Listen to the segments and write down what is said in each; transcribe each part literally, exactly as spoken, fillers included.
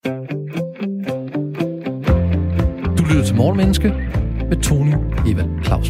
Du lytter til Morgenmenneske med Tony Evald Clausen.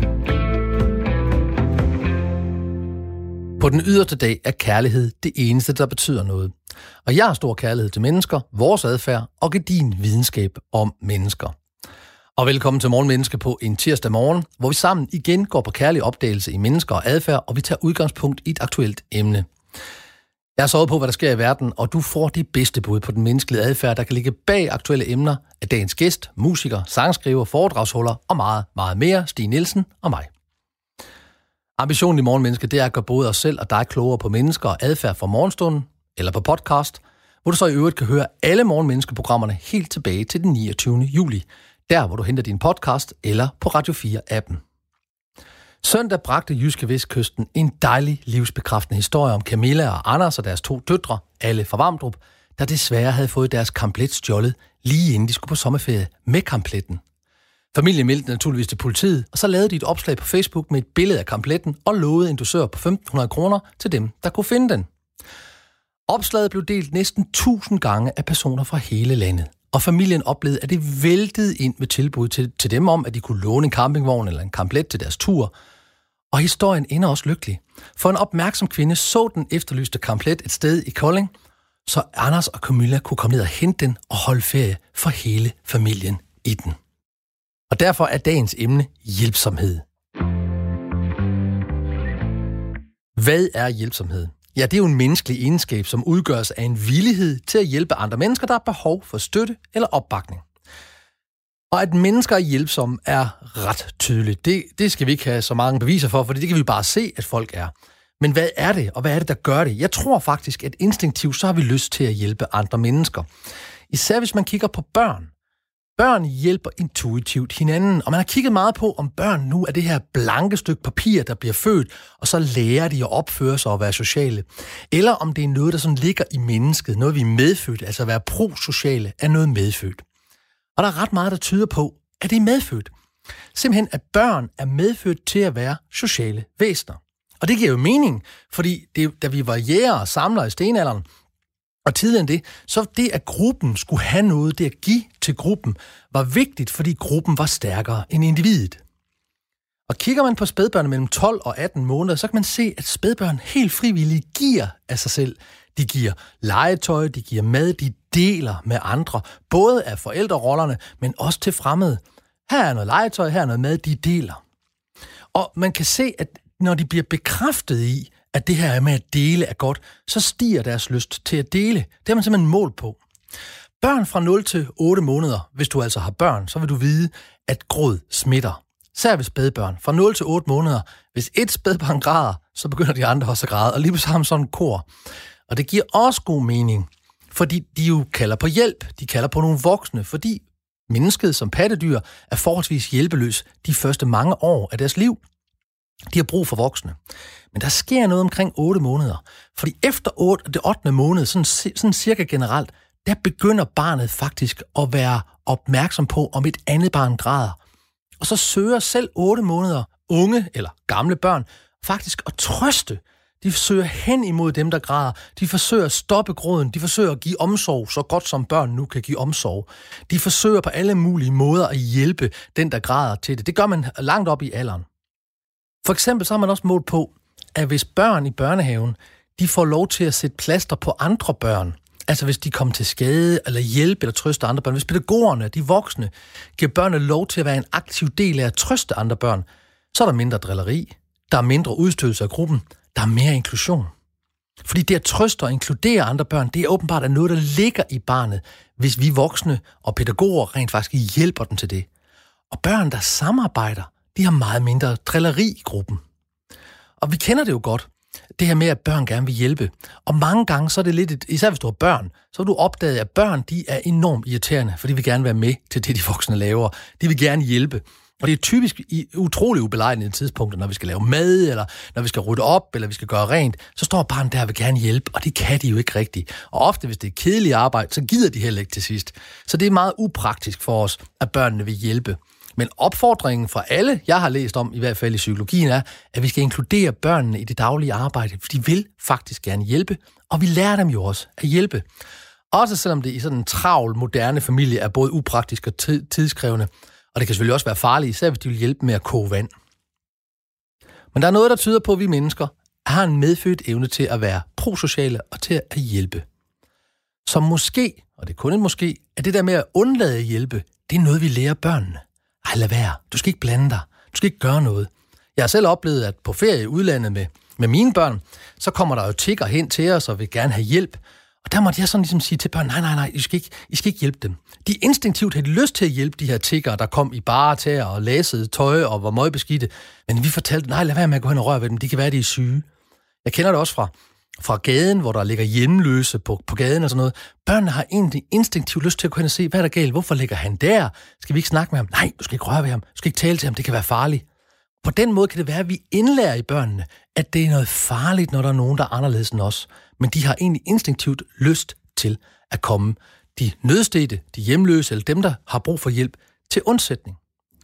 På den yderste dag er kærlighed det eneste, der betyder noget. Og jeg har stor kærlighed til mennesker, vores adfærd og gedigen videnskab om mennesker. Og velkommen til Morgenmenneske på en tirsdag morgen, hvor vi sammen igen går på kærlig opdagelse i mennesker og adfærd, og vi tager udgangspunkt i et aktuelt emne. Jeg har sovet på, hvad der sker i verden, og du får det bedste bud på den menneskelige adfærd, der kan ligge bag aktuelle emner af dagens gæst, musiker, sangskriver, foredragsholder og meget, meget mere, Stig Nielsen og mig. Ambitionen i Morgenmenneske, det er at gøre både os selv og dig klogere på mennesker og adfærd fra morgenstunden, eller på podcast, hvor du så i øvrigt kan høre alle Morgenmenneske-programmerne helt tilbage til den niogtyvende juli, der hvor du henter din podcast eller på Radio fire-appen. Søndag bragte Jyske Vestkysten en dejlig livsbekræftende historie om Camilla og Anders og deres to døtre, alle fra Vamdrup, der desværre havde fået deres kamplet stjålet, lige inden de skulle på sommerferie med kampletten. Familien meldte naturligvis til politiet, og så lavede de et opslag på Facebook med et billede af kampletten og lovede en dusør på femten hundrede kroner til dem, der kunne finde den. Opslaget blev delt næsten tusind gange af personer fra hele landet, og familien oplevede, at det væltede ind med tilbud til, til dem om, at de kunne låne en campingvogn eller en kamplet til deres tur. Og historien ender også lykkelig, for en opmærksom kvinde så den efterlyste kamplet et sted i Kolding, så Anders og Camilla kunne komme ned og hente den og holde ferie for hele familien i den. Og derfor er dagens emne hjælpsomhed. Hvad er hjælpsomhed? Ja, det er jo en menneskelig egenskab, som udgøres af en villighed til at hjælpe andre mennesker, der har behov for støtte eller opbakning. Og at mennesker er hjælpsomme er ret tydeligt. Det, det skal vi ikke have så mange beviser for, for det kan vi bare se, at folk er. Men hvad er det, og hvad er det, der gør det? Jeg tror faktisk, at instinktivt så har vi lyst til at hjælpe andre mennesker. Især hvis man kigger på børn. Børn hjælper intuitivt hinanden, og man har kigget meget på, om børn nu er det her blanke stykke papir, der bliver født, og så lærer de at opføre sig og være sociale. Eller om det er noget, der sådan ligger i mennesket, noget vi er medfødt, altså at være prosociale er noget medfødt. Og der er ret meget, der tyder på, at det er medfødt. Simpelthen, at børn er medfødt til at være sociale væsener. Og det giver jo mening, fordi det, da vi var jæger og samlere i stenalderen, og tidligere end det, så det, at gruppen skulle have noget, det at give til gruppen, var vigtigt, fordi gruppen var stærkere end individet. Og kigger man på spædbørn mellem tolv og atten måneder, så kan man se, at spædbørn helt frivilligt giver af sig selv. De giver legetøj, de giver mad, de deler med andre, både af forældrerollerne, men også til fremmede. Her er noget legetøj, her er noget mad, de deler. Og man kan se, at når de bliver bekræftet i, at det her er med at dele er godt, så stiger deres lyst til at dele. Det har man simpelthen mål på. Børn fra nul til otte måneder, hvis du altså har børn, så vil du vide, at gråd smitter. Sær ved spædbørn fra nul til otte måneder. Hvis et spædbarn græder, så begynder de andre også at græde, og lige pludselig har man sådan en kor. Og det giver også god mening, fordi de jo kalder på hjælp. De kalder på nogle voksne, fordi mennesket som pattedyr er forholdsvis hjælpeløs de første mange år af deres liv. De har brug for voksne. Men der sker noget omkring otte måneder. Fordi efter otte, det ottende måned, sådan, sådan cirka generelt, der begynder barnet faktisk at være opmærksom på, om et andet barn græder. Og så søger selv otte måneder unge eller gamle børn faktisk at trøste. De søger hen imod dem, der græder. De forsøger at stoppe gråden. De forsøger at give omsorg, så godt som børn nu kan give omsorg. De forsøger på alle mulige måder at hjælpe den, der græder til det. Det gør man langt op i alderen. For eksempel så har man også målt på, at hvis børn i børnehaven, de får lov til at sætte plaster på andre børn, altså hvis de kommer til skade, eller hjælpe eller trøste andre børn, hvis pædagogerne, de voksne, giver børnene lov til at være en aktiv del af at trøste andre børn, så er der mindre drilleri, der er mindre udstødelse af gruppen, der er mere inklusion. Fordi det at trøste og inkludere andre børn, det er åbenbart er noget, der ligger i barnet, hvis vi voksne og pædagoger rent faktisk hjælper dem til det. Og børn, der samarbejder, de har meget mindre drilleri i gruppen. Og vi kender det jo godt, det her med, at børn gerne vil hjælpe. Og mange gange, så er det lidt, et, især hvis du har børn, så har du opdaget, at børn, de er enormt irriterende, for de vil gerne være med til det, de voksne laver. De vil gerne hjælpe. Og det er typisk i utrolig ubelejlige tidspunkter, når vi skal lave mad, eller når vi skal rydde op, eller vi skal gøre rent, så står barnet der og vil gerne hjælpe, og det kan de jo ikke rigtigt. Og ofte, hvis det er kedeligt arbejde, så gider de heller ikke til sidst. Så det er meget upraktisk for os, at børnene vil hjælpe. Men opfordringen fra alle, jeg har læst om, i hvert fald i psykologien, er, at vi skal inkludere børnene i det daglige arbejde, for de vil faktisk gerne hjælpe, og vi lærer dem jo også at hjælpe. Også selvom det i sådan en travl, moderne familie er både upraktisk og tidskrævende, og det kan selvfølgelig også være farligt, især hvis de vil hjælpe med at koge vand. Men der er noget, der tyder på, at vi mennesker har en medfødt evne til at være prosociale og til at hjælpe. Så måske, og det er kun en måske, at det der med at undlade at hjælpe, det er noget, vi lærer børnene. Ej, lad være. Du skal ikke blande dig. Du skal ikke gøre noget. Jeg har selv oplevet, at på ferie i udlandet med, med mine børn, så kommer der jo tigger hen til os og vil gerne have hjælp. Og der måtte jeg sådan ligesom sige til børn, nej, nej, nej, I skal ikke, I skal ikke hjælpe dem. De instinktivt havde lyst til at hjælpe de her tigger, der kom i bare tæer og læsede tøj og var møgbeskidte. Men vi fortalte, nej, lad være med at gå hen og røre ved dem. De kan være, de er syge. Jeg kender det også fra, fra gaden, hvor der ligger hjemløse på, på gaden og sådan noget. Børnene har egentlig instinktivt lyst til at gå hen og se, hvad er der galt? Hvorfor ligger han der? Skal vi ikke snakke med ham? Nej, du skal ikke røre ved ham. Du skal ikke tale til ham. Det kan være farligt. På den måde kan det være, at vi indlærer i børnene, at det er noget farligt, når der er nogen, der er anderledes end os. Men de har egentlig instinktivt lyst til at komme de nødstedte, de hjemløse eller dem, der har brug for hjælp, til undsætning.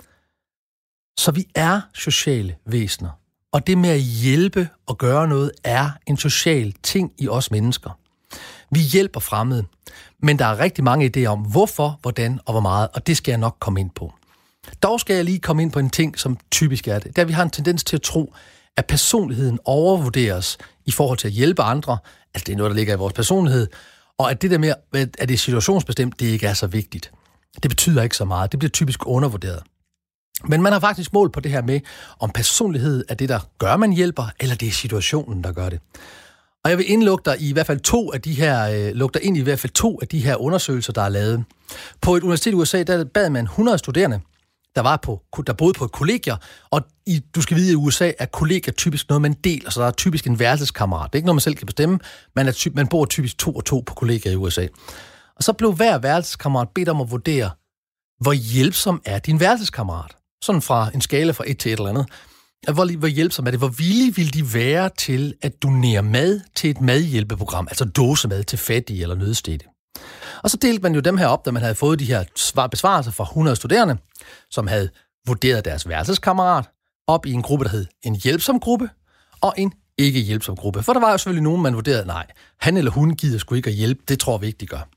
Så vi er sociale væsener. Og det med at hjælpe og gøre noget er en social ting i os mennesker. Vi hjælper fremmede, men der er rigtig mange idéer om, hvorfor, hvordan og hvor meget, og det skal jeg nok komme ind på. Dog skal jeg lige komme ind på en ting, som typisk er det. Der vi har en tendens til at tro, at personligheden overvurderes i forhold til at hjælpe andre, altså det er noget, der ligger i vores personlighed, og at det der med, at det er situationsbestemt, det ikke er så vigtigt. Det betyder ikke så meget. Det bliver typisk undervurderet. Men man har faktisk mål på det her med, om personlighed er det, der gør, man hjælper, eller det er situationen, der gør det. Og jeg vil indlukke dig i i hvert fald to af de her, øh, lukke dig ind i i hvert fald to af de her undersøgelser, der er lavet. På et universitet i U S A, der bad man hundrede studerende, der var på, der boede på et kollegier, og i, du skal vide, at i U S A er kollegier typisk noget, man deler, så der er typisk en værelseskammerat. Det er ikke noget, man selv kan bestemme, man, er ty- man bor typisk to og to på kollegier i U S A. Og så blev hver værelseskammerat bedt om at vurdere, hvor hjælpsom er din værelseskammerat? Sådan fra en skala fra et til et eller andet. Hvor, hvor hjælpsom er det? Hvor villige vil de være til at donere mad til et madhjælpeprogram, altså dåsemad til fattige eller nødstedte? Og så delte man jo dem her op, da man havde fået de her svar, besvarelser fra hundrede studerende, som havde vurderet deres værelseskammerat op i en gruppe, der hed en hjælpsom gruppe og en ikke hjælpsom gruppe. For der var jo selvfølgelig nogen, man vurderede, nej, han eller hun gider sgu ikke at hjælpe, det tror vi ikke, de gør.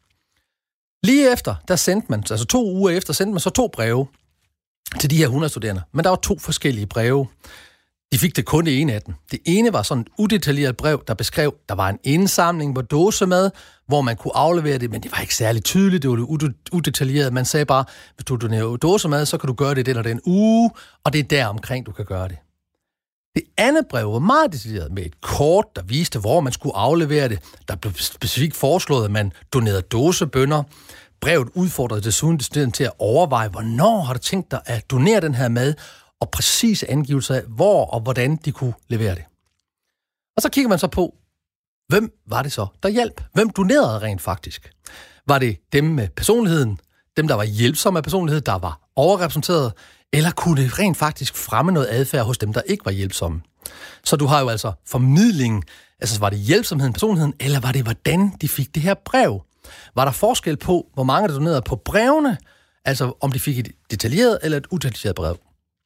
Lige efter, der sendte man, altså to uger efter, sendte man så to breve til de her hundrede studerende. Men der var to forskellige breve. De fik det kun det ene af dem. Det ene var sådan et udetaljeret brev, der beskrev, der var en indsamling på dåsemad, hvor man kunne aflevere det, men det var ikke særlig tydeligt, det var det udetaljeret. Man sagde bare, hvis du donerer dåsemad, så kan du gøre det den og den uge, og det er der omkring, du kan gøre det. Det andet brev var meget detaljeret med et kort, der viste, hvor man skulle aflevere det. Der blev specifikt foreslået, at man donerede dåsebønner. Brevet udfordrede desuden studenten til at overveje, hvornår har du tænkt dig at donere den her mad, og præcise angivelser af, hvor og hvordan de kunne levere det. Og så kigger man så på, hvem var det så, der hjalp? Hvem donerede rent faktisk? Var det dem med personligheden, dem der var hjælpsomme af personlighed, der var overrepræsenteret, eller kunne det rent faktisk fremme noget adfærd hos dem, der ikke var hjælpsomme? Så du har jo altså formidlingen, altså var det hjælpsomheden, personligheden, eller var det, hvordan de fik det her brev? Var der forskel på, hvor mange der donerede på brevene, altså om de fik et detaljeret eller et udetaljeret brev?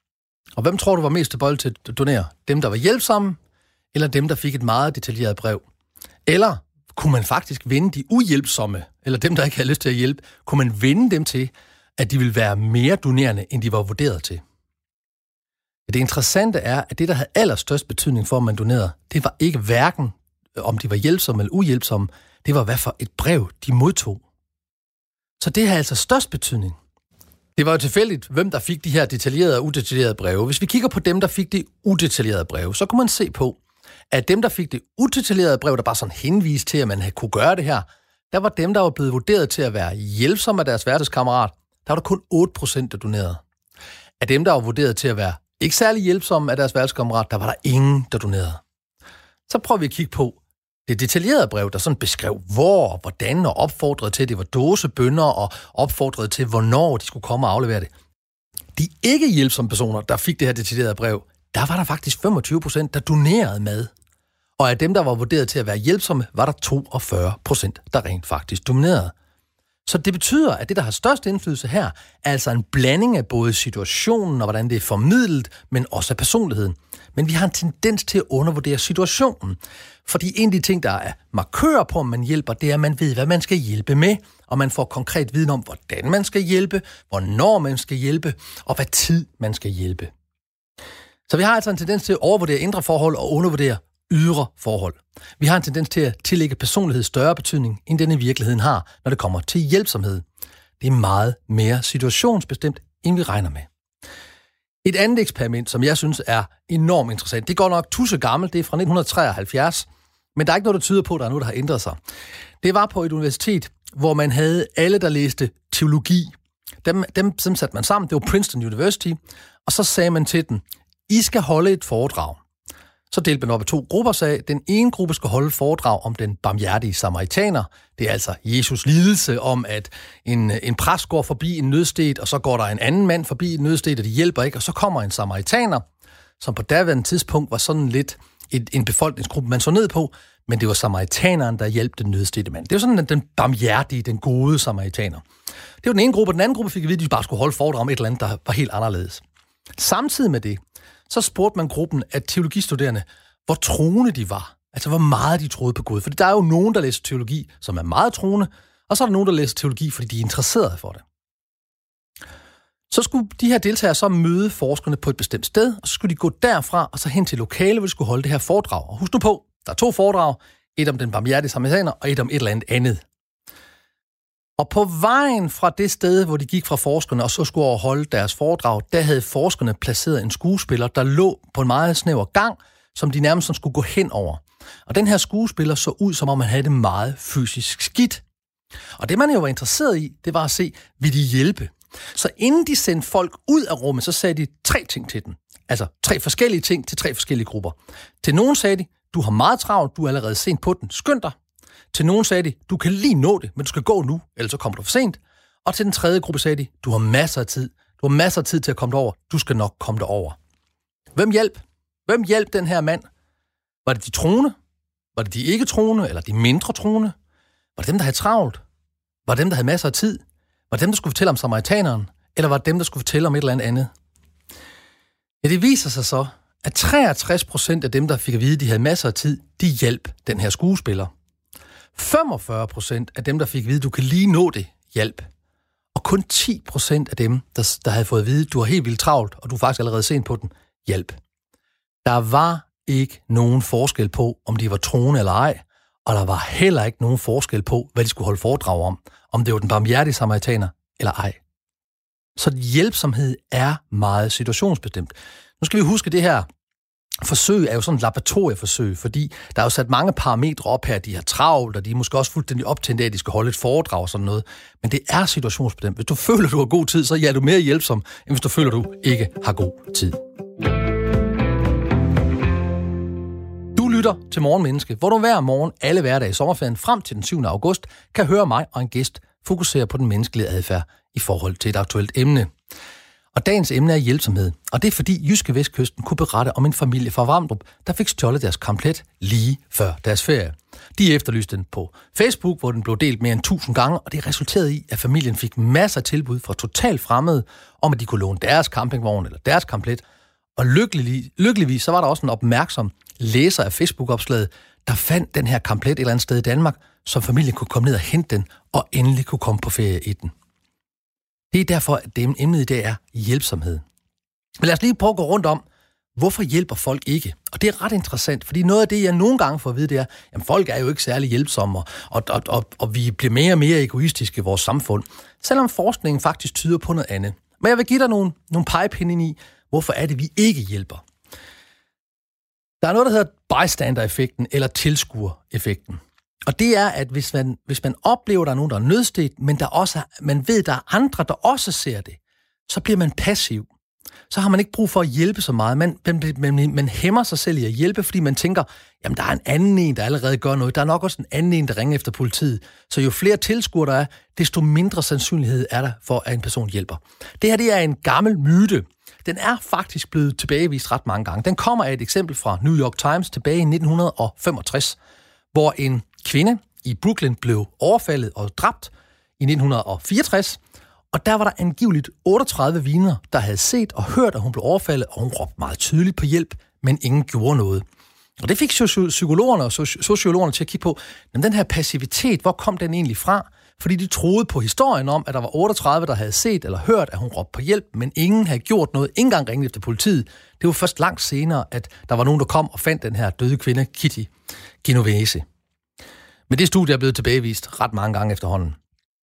Og hvem tror du var mest tilbøjelig til at donere? Dem, der var hjælpsomme, eller dem, der fik et meget detaljeret brev? Eller kunne man faktisk vende de uhjælpsomme, eller dem, der ikke havde lyst til at hjælpe, kunne man vende dem til, at de ville være mere donerende, end de var vurderet til? Det interessante er, at det, der havde allerstørst betydning for, om man donerede, det var ikke hverken, om de var hjælpsomme eller uhjælpsomme, det var, hvad for et brev de modtog. Så det har altså størst betydning. Det var jo tilfældigt, hvem der fik de her detaljerede og udetaljerede breve. Hvis vi kigger på dem, der fik det udetaljerede brev, så kunne man se på, at dem, der fik det udetaljerede brev, der bare sådan henviste til, at man havde kunne gøre det her, der var dem, der var blevet vurderet til at være hjælpsomme af deres værelseskammerat, der var der kun otte procent, der donerede. Af dem, der var vurderet til at være ikke særlig hjælpsomme af deres værelseskammerat, der var der ingen, der donerede. Så prøver vi at kigge på det detaljerede brev, der sådan beskrev, hvor og hvordan, og opfordrede til, at det var dåsebønner, og opfordrede til, hvornår de skulle komme og aflevere det. De ikke hjælpsomme personer, der fik det her detaljerede brev, der var der faktisk femogtyve procent, der donerede mad. Og af dem, der var vurderet til at være hjælpsomme, var der toogfyrre procent, der rent faktisk donerede. Så det betyder, at det, der har størst indflydelse her, er altså en blanding af både situationen og hvordan det er formidlet, men også af personligheden. Men vi har en tendens til at undervurdere situationen. Fordi en af de ting, der er markører på, om man hjælper, det er, at man ved, hvad man skal hjælpe med, og man får konkret viden om, hvordan man skal hjælpe, hvornår man skal hjælpe, og hvad tid man skal hjælpe. Så vi har altså en tendens til at overvurdere indre forhold og undervurdere ydre forhold. Vi har en tendens til at tillægge personlighed større betydning, end den i virkeligheden har, når det kommer til hjælpsomhed. Det er meget mere situationsbestemt, end vi regner med. Et andet eksperiment, som jeg synes er enormt interessant, det går nok tusse gammelt, det er fra nitten treoghalvfjerds, men der er ikke noget, der tyder på, at der er noget, der har ændret sig. Det var på et universitet, hvor man havde alle, der læste teologi. Dem, dem, dem satte man sammen, det var Princeton University, og så sagde man til dem, I skal holde et foredrag. Så delte man op i to grupper, sagde, den ene gruppe skal holde et foredrag om den barmhjertige samaritaner. Det er altså Jesus lidelse om, at en, en præst går forbi en nødsted, og så går der en anden mand forbi en nødsted, og de hjælper ikke, og så kommer en samaritaner, som på daværende tidspunkt var sådan lidt et, en befolkningsgruppe, man så ned på, men det var samaritaneren, der hjalp den nødstedte mand. Det var sådan den, den barmhjertige, den gode samaritaner. Det var den ene gruppe, og den anden gruppe fik at vide, at de bare skulle holde foredrag om et eller andet, der var helt anderledes. Samtidig med det, så spurgte man gruppen af teologistuderende, hvor troende de var. Altså, hvor meget de troede på Gud. Fordi der er jo nogen, der læser teologi, som er meget troende, og så er der nogen, der læser teologi, fordi de er interesserede for det. Så skulle de her deltagere så møde forskerne på et bestemt sted, og så skulle de gå derfra og så hen til lokale, hvor de skulle holde det her foredrag. Og husk nu på, der er to foredrag, et om den barmhjertige samaritaner, og et om et eller andet andet. Og på vejen fra det sted, hvor de gik fra forskerne, og så skulle overholde deres foredrag, der havde forskerne placeret en skuespiller, der lå på en meget snæver gang, som de nærmest skulle gå hen over. Og den her skuespiller så ud, som om han havde det meget fysisk skidt. Og det, man jo var interesseret i, det var at se, vil de hjælpe? Så inden de sendte folk ud af rummet, så sagde de tre ting til dem. Altså tre forskellige ting til tre forskellige grupper. Til nogen sagde de, du har meget travlt, du er allerede sent på den, skynd dig. Til nogen sagde de, du kan lige nå det, men du skal gå nu, ellers så kommer du for sent. Og til den tredje gruppe sagde de, du har masser af tid. Du har masser af tid til at komme derover. Du skal nok komme derover. Hvem hjalp? Hvem hjalp den her mand? Var det de troende? Var det de ikke troende, eller de mindre troende? Var det dem, der havde travlt? Var det dem, der havde masser af tid? Var det dem, der skulle fortælle om samaritaneren? Eller var det dem, der skulle fortælle om et eller andet andet? Ja, det viser sig så, at treogtres procent af dem, der fik at vide, at de havde masser af tid, de hjalp den her skuespiller. femogfyrre procent af dem, der fik at vide, at du kan lige nå det, hjælp. Og kun ti procent af dem, der, der havde fået at vide, at du har helt vildt travlt, og du er faktisk allerede sent på den, hjælp. Der var ikke nogen forskel på, om de var troende eller ej, og der var heller ikke nogen forskel på, hvad de skulle holde foredrag om, om det var den barmhjertige samaritaner eller ej. Så hjælpsomhed er meget situationsbestemt. Nu skal vi huske, det her forsøg er jo sådan et laboratorieforsøg, fordi der er jo sat mange parametre op her, de har travlt, og de er måske også fuldstændig optændt af, at de skal holde et foredrag og sådan noget. Men det er situationsbestemt. Hvis du føler, du har god tid, så er du mere hjælpsom, end hvis du føler, du ikke har god tid. Du lytter til Morgenmenneske, hvor du hver morgen alle hverdage i sommerferien frem til den syvende august kan høre mig og en gæst fokusere på den menneskelige adfærd i forhold til et aktuelt emne. Og dagens emne er hjælpsomhed, og det er fordi Jyske Vestkysten kunne berette om en familie fra Vamdrup, der fik stjålet deres komplet lige før deres ferie. De efterlyste den på Facebook, hvor den blev delt mere end tusind gange, og det resulterede i, at familien fik masser af tilbud fra totalt fremmede, om at de kunne låne deres campingvogn eller deres komplet. Og lykkeligvis, lykkeligvis så var der også en opmærksom læser af Facebook-opslaget, der fandt den her komplet et eller andet sted i Danmark, så familien kunne komme ned og hente den, og endelig kunne komme på ferie i den. Det er derfor, at det emnet i dag er hjælpsomhed. Men lad os lige prøve at gå rundt om, hvorfor hjælper folk ikke? Og det er ret interessant, fordi noget af det, jeg nogle gange får at vide, det er, at folk er jo ikke særlig hjælpsomme, og, og, og, og vi bliver mere og mere egoistiske i vores samfund, selvom forskningen faktisk tyder på noget andet. Men jeg vil give dig nogle, nogle pegepinde ind i, hvorfor er det, vi ikke hjælper. Der er noget, der hedder bystander-effekten, eller tilskuereffekten. Og det er, at hvis man, hvis man oplever, at der er nogen, der er nødstedt, men der også er, man ved, at der er andre, der også ser det, så bliver man passiv. Så har man ikke brug for at hjælpe så meget. Man, man, man, man hæmmer sig selv i at hjælpe, fordi man tænker, jamen der er en anden en, der allerede gør noget. Der er nok også en anden en, der ringer efter politiet. Så jo flere tilskuere der er, desto mindre sandsynlighed er der for, at en person hjælper. Det her det er en gammel myte. Den er faktisk blevet tilbagevist ret mange gange. Den kommer af et eksempel fra New York Times tilbage i nitten femogtres, hvor en kvinde i Brooklyn blev overfaldet og dræbt i nitten fireogtres, og der var der angiveligt otteogtredive vidner, der havde set og hørt, at hun blev overfaldet, og hun råbte meget tydeligt på hjælp, men ingen gjorde noget. Og det fik psykologerne og sociologerne til at kigge på, men den her passivitet, hvor kom den egentlig fra? Fordi de troede på historien om, at der var otteogtredive, der havde set eller hørt, at hun råbte på hjælp, men ingen havde gjort noget, ikke engang ringet efter politiet. Det var først langt senere, at der var nogen, der kom og fandt den her døde kvinde, Kitty Genovese. Men det studie er blevet tilbagevist ret mange gange efterhånden.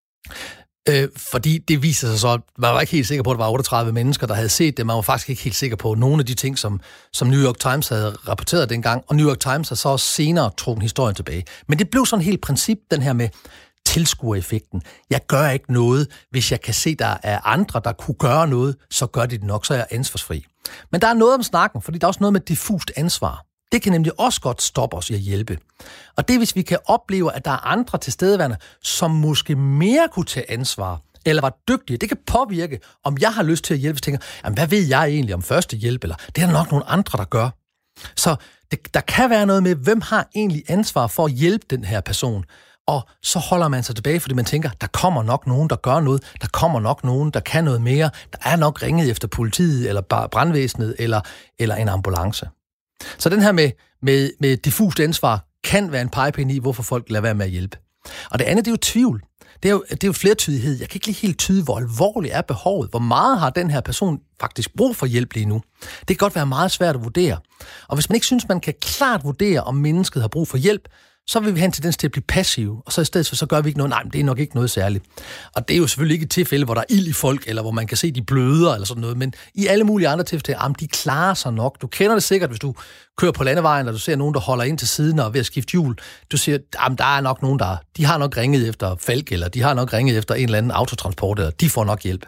Øh, fordi det viser sig så, at man var ikke helt sikker på, at der var otteogtredive mennesker, der havde set det. Man var faktisk ikke helt sikker på nogle af de ting, som, som New York Times havde rapporteret dengang. Og New York Times har så også senere trukket historien tilbage. Men det blev sådan et helt princip, den her med tilskuereffekten. Jeg gør ikke noget, hvis jeg kan se, der er andre, der kunne gøre noget, så gør de det nok, så er jeg ansvarsfri. Men der er noget om snakken, fordi der er også noget med diffust ansvar. Det kan nemlig også godt stoppe os i at hjælpe. Og det er, hvis vi kan opleve, at der er andre tilstedeværende, som måske mere kunne tage ansvar, eller var dygtige. Det kan påvirke, om jeg har lyst til at hjælpe, hvis jeg tænker, jamen, hvad ved jeg egentlig om første hjælp, eller det er der nok nogle andre, der gør. Så det, der kan være noget med, hvem har egentlig ansvar for at hjælpe den her person. Og så holder man sig tilbage, fordi man tænker, der kommer nok nogen, der gør noget. Der kommer nok nogen, der kan noget mere. Der er nok ringet efter politiet, eller brandvæsenet, eller, eller en ambulance. Så den her med, med, med diffust ansvar kan være en pegepind i, hvorfor folk lader være med at hjælpe. Og det andet, det er jo tvivl. Det er jo, det er jo flertydighed. Jeg kan ikke lige helt tyde, hvor alvorligt er behovet. Hvor meget har den her person faktisk brug for hjælp lige nu? Det kan godt være meget svært at vurdere. Og hvis man ikke synes, man kan klart vurdere, om mennesket har brug for hjælp, så vil vi have en tendens til at blive passive, og så i stedet for, så gør vi ikke noget. Nej, men det er nok ikke noget særligt. Og det er jo selvfølgelig ikke et tilfælde, hvor der er ild i folk, eller hvor man kan se, de bløder, eller sådan noget, men i alle mulige andre tilfælde, jamen, de klarer sig nok. Du kender det sikkert, hvis du kører på landevejen, og du ser nogen, der holder ind til siden og er ved at skifte hjul. Du siger, jamen, der er nok nogen, der de har nok ringet efter Falk, eller de har nok ringet efter en eller anden autotransport, eller de får nok hjælp.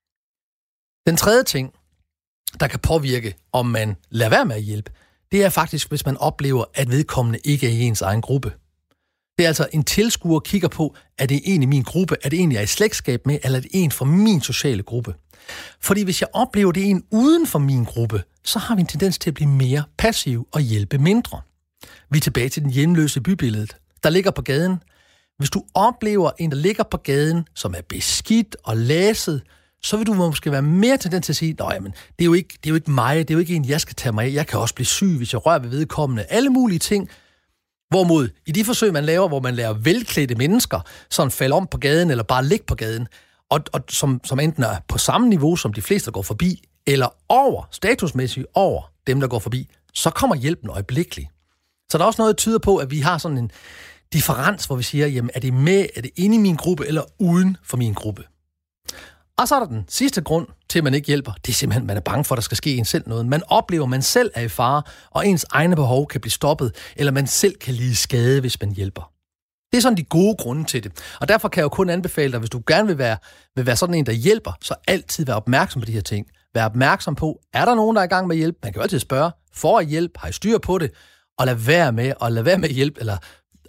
Den tredje ting, der kan påvirke, om man lader være med at hjælpe, det er faktisk, hvis man oplever, at vedkommende ikke er i ens egen gruppe. Det er altså en tilskuer kigger på, er det en i min gruppe, er det en, jeg er i slægtskab med, eller er det en fra min sociale gruppe? Fordi hvis jeg oplever, det er en uden for min gruppe, så har vi en tendens til at blive mere passiv og hjælpe mindre. Vi er tilbage til den hjemløse bybilledet, der ligger på gaden. Hvis du oplever en, der ligger på gaden, som er beskidt og læset, så vil du måske være mere tendens til at sige, nej, men det er jo ikke, det er jo ikke mig, det er jo ikke en, jeg skal tage mig af. Jeg kan også blive syg, hvis jeg rører ved vedkommende. Alle mulige ting. Hvorimod, i de forsøg, man laver, hvor man lærer velklædte mennesker, sådan falde om på gaden, eller bare ligge på gaden, og, og som, som enten er på samme niveau, som de fleste, der går forbi, eller over, statusmæssigt over dem, der går forbi, så kommer hjælpen øjeblikkeligt. Så der er også noget, der tyder på, at vi har sådan en differens, hvor vi siger, jamen, er det med, er det inde i min gruppe, eller uden for min gruppe? Og så er der den sidste grund til, at man ikke hjælper. Det er simpelthen, at man er bange for, at der skal ske en selv noget. Man oplever, at man selv er i fare, og ens egne behov kan blive stoppet, eller man selv kan lide skade, hvis man hjælper. Det er sådan de gode grunde til det. Og derfor kan jeg jo kun anbefale dig, hvis du gerne vil være, vil være sådan en, der hjælper, så altid være opmærksom på de her ting. Vær opmærksom på, er der nogen, der er i gang med hjælp? Man kan jo altid spørge, får I hjælp? Har I styr på det? Og lad være med, og lad være med hjælp, eller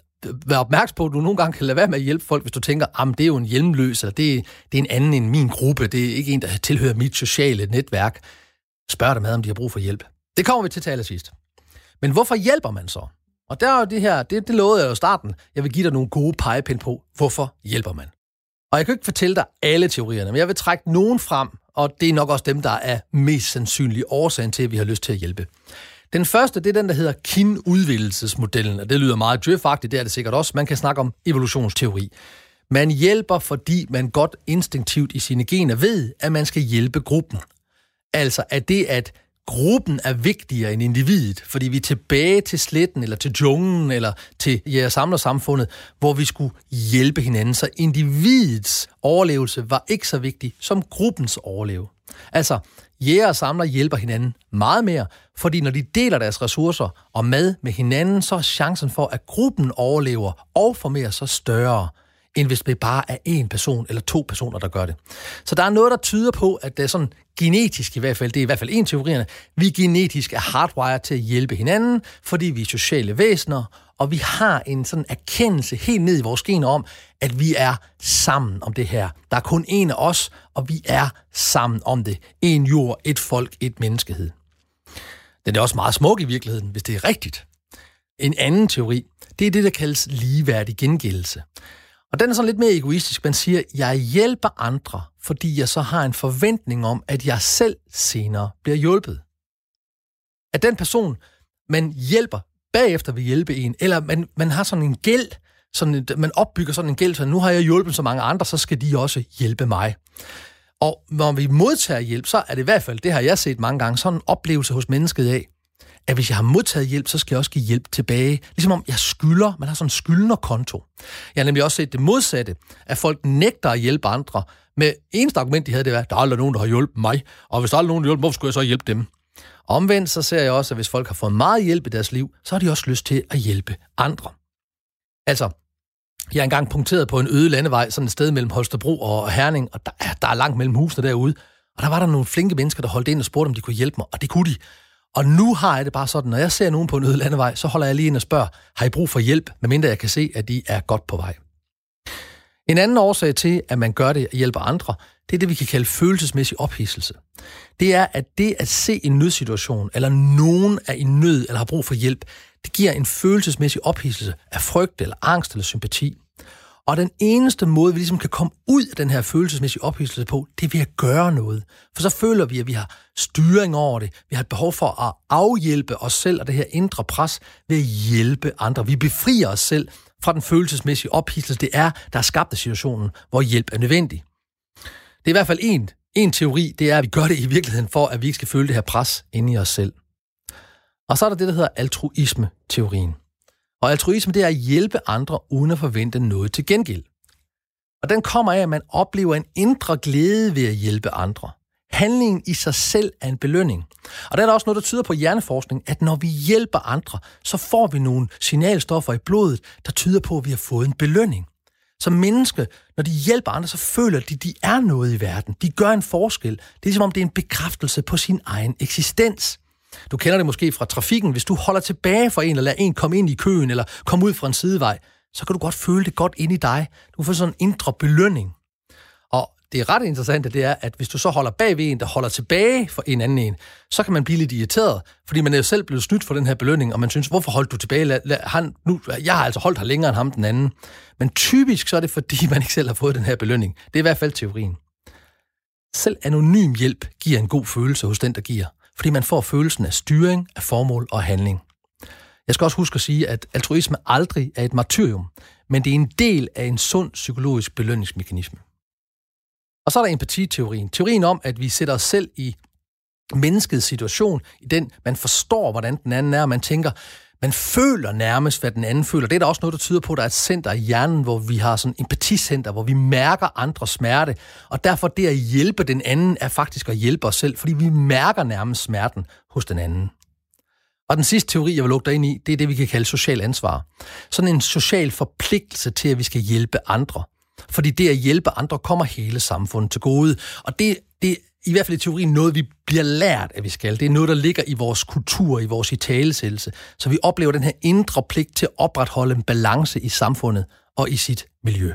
vær opmærksom på, at du nogle gange kan lade være med at hjælpe folk, hvis du tænker, at det er jo en hjemløs, eller det er, det er en anden end min gruppe, det er ikke en, der tilhører mit sociale netværk. Spørg dem ad, om de har brug for hjælp. Det kommer vi til til allersidst. Men hvorfor hjælper man så? Og der er jo det her, det, det lovede jeg jo i starten. Jeg vil give dig nogle gode pegepind på, hvorfor hjælper man. Og jeg kan ikke fortælle dig alle teorierne, men jeg vil trække nogen frem, og det er nok også dem, der er mest sandsynlige årsagen til, at vi har lyst til at hjælpe. Den første, det er den, der hedder Kin-udvælgelsesmodellen, og det lyder meget djøfagtigt, det er det sikkert også. Man kan snakke om evolutionsteori. Man hjælper, fordi man godt instinktivt i sine gener ved, at man skal hjælpe gruppen. Altså, at det, at gruppen er vigtigere end individet, fordi vi er tilbage til sletten, eller til junglen, eller til jægersamlersamfundet, hvor vi skulle hjælpe hinanden, så individets overlevelse var ikke så vigtig som gruppens overleve. Altså, jæger og samler hjælper hinanden meget mere, fordi når de deler deres ressourcer og mad med hinanden, så er chancen for, at gruppen overlever og formerer sig større, end hvis det bare er en person eller to personer, der gør det. Så der er noget, der tyder på, at det er sådan genetisk i hvert fald, det er i hvert fald en teorierne, vi genetisk er hardwired til at hjælpe hinanden, fordi vi er sociale væsener, og vi har en sådan erkendelse helt ned i vores gener om, at vi er sammen om det her. Der er kun en af os, og vi er sammen om det. En jord, et folk, et menneskehed. Den er også meget smuk i virkeligheden, hvis det er rigtigt. En anden teori, det er det, der kaldes ligeværdig gengældelse. Og den er sådan lidt mere egoistisk. Man siger, jeg hjælper andre, fordi jeg så har en forventning om, at jeg selv senere bliver hjulpet. At den person, man hjælper, bagefter vil hjælpe en, eller man, man har sådan en gæld, sådan en, man opbygger sådan en gæld, så nu har jeg hjulpet så mange andre, så skal de også hjælpe mig. Og når vi modtager hjælp, så er det i hvert fald, det har jeg set mange gange, sådan en oplevelse hos mennesket af, at hvis jeg har modtaget hjælp, så skal jeg også give hjælp tilbage. Ligesom om jeg skylder, man har sådan en skyldnerkonto. Jeg har nemlig også set det modsatte, at folk nægter at hjælpe andre. Med eneste argument, de havde, det var, der er aldrig nogen, der har hjulpet mig, og hvis der er aldrig nogen, der hjælper, hvorfor skulle jeg så hjælpe dem? Omvendt så ser jeg også, at hvis folk har fået meget hjælp i deres liv, så har de også lyst til at hjælpe andre. Altså, jeg er engang punkteret på en øde landevej, sådan et sted mellem Holstebro og Herning, og der er, der er langt mellem husene derude, og der var der nogle flinke mennesker, der holdt ind og spurgte, om de kunne hjælpe mig, og det kunne de. Og nu har jeg det bare sådan, når jeg ser nogen på en øde landevej, så holder jeg lige ind og spørger, har I brug for hjælp, medmindre jeg kan se, at de er godt på vej. En anden årsag til, at man gør det og hjælper andre, det er det, vi kan kalde følelsesmæssig ophidselse. Det er, at det at se en nødsituation, eller nogen er i nød, eller har brug for hjælp, det giver en følelsesmæssig ophidselse af frygt, eller angst, eller sympati. Og den eneste måde, vi ligesom kan komme ud af den her følelsesmæssige ophidselse på, det er ved at gøre noget. For så føler vi, at vi har styring over det. Vi har et behov for at afhjælpe os selv og det her indre pres ved at hjælpe andre. Vi befrier os selv fra den følelsesmæssige ophidselse. Det er, der er skabt af situationen, hvor hjælp er nødvendig. Det er i hvert fald en, en teori, det er, at vi gør det i virkeligheden for, at vi ikke skal føle det her pres inde i os selv. Og så er der det, der hedder altruisme-teorien. Og altruisme, det er at hjælpe andre uden at forvente noget til gengæld. Og den kommer af, at man oplever en indre glæde ved at hjælpe andre. Handlingen i sig selv er en belønning. Og der er der også noget, der tyder på hjerneforskning, at når vi hjælper andre, så får vi nogle signalstoffer i blodet, der tyder på, at vi har fået en belønning. Som menneske, når de hjælper andre, så føler de, at de er noget i verden. De gør en forskel. Det er ligesom om, det er en bekræftelse på sin egen eksistens. Du kender det måske fra trafikken. Hvis du holder tilbage for en, eller lader en komme ind i køen, eller komme ud fra en sidevej, så kan du godt føle det godt ind i dig. Du får sådan en indre belønning. Og det er ret interessant, det er, at hvis du så holder bag ved en, der holder tilbage for en anden en, så kan man blive lidt irriteret, fordi man er jo selv blevet snydt for den her belønning, og man synes, hvorfor holdt du tilbage? Lad, lad, han, nu, jeg har altså holdt her længere end ham den anden. Men typisk så er det, fordi man ikke selv har fået den her belønning. Det er i hvert fald teorien. Selv anonym hjælp giver en god følelse hos den, der giver, fordi man får følelsen af styring, af formål og handling. Jeg skal også huske at sige, at altruisme aldrig er et martyrium, men det er en del af en sund psykologisk belønningsmekanisme. Og så er der empatiteorien. Teorien om, at vi sætter os selv i menneskets situation, i den, man forstår, hvordan den anden er, og man tænker, man føler nærmest, hvad den anden føler. Det er der også noget, der tyder på, at der er et center i hjernen, hvor vi har sådan en empaticenter, hvor vi mærker andres smerte, og derfor det at hjælpe den anden er faktisk at hjælpe os selv, fordi vi mærker nærmest smerten hos den anden. Og den sidste teori, jeg vil lukke dig ind i, det er det, vi kan kalde social ansvar. Sådan en social forpligtelse til, at vi skal hjælpe andre. Fordi det at hjælpe andre kommer hele samfundet til gode. Og det, det er i hvert fald i teorien noget, vi bliver lært, at vi skal. Det er noget, der ligger i vores kultur, i vores italesættelse. Så vi oplever den her indre pligt til at opretholde en balance i samfundet og i sit miljø.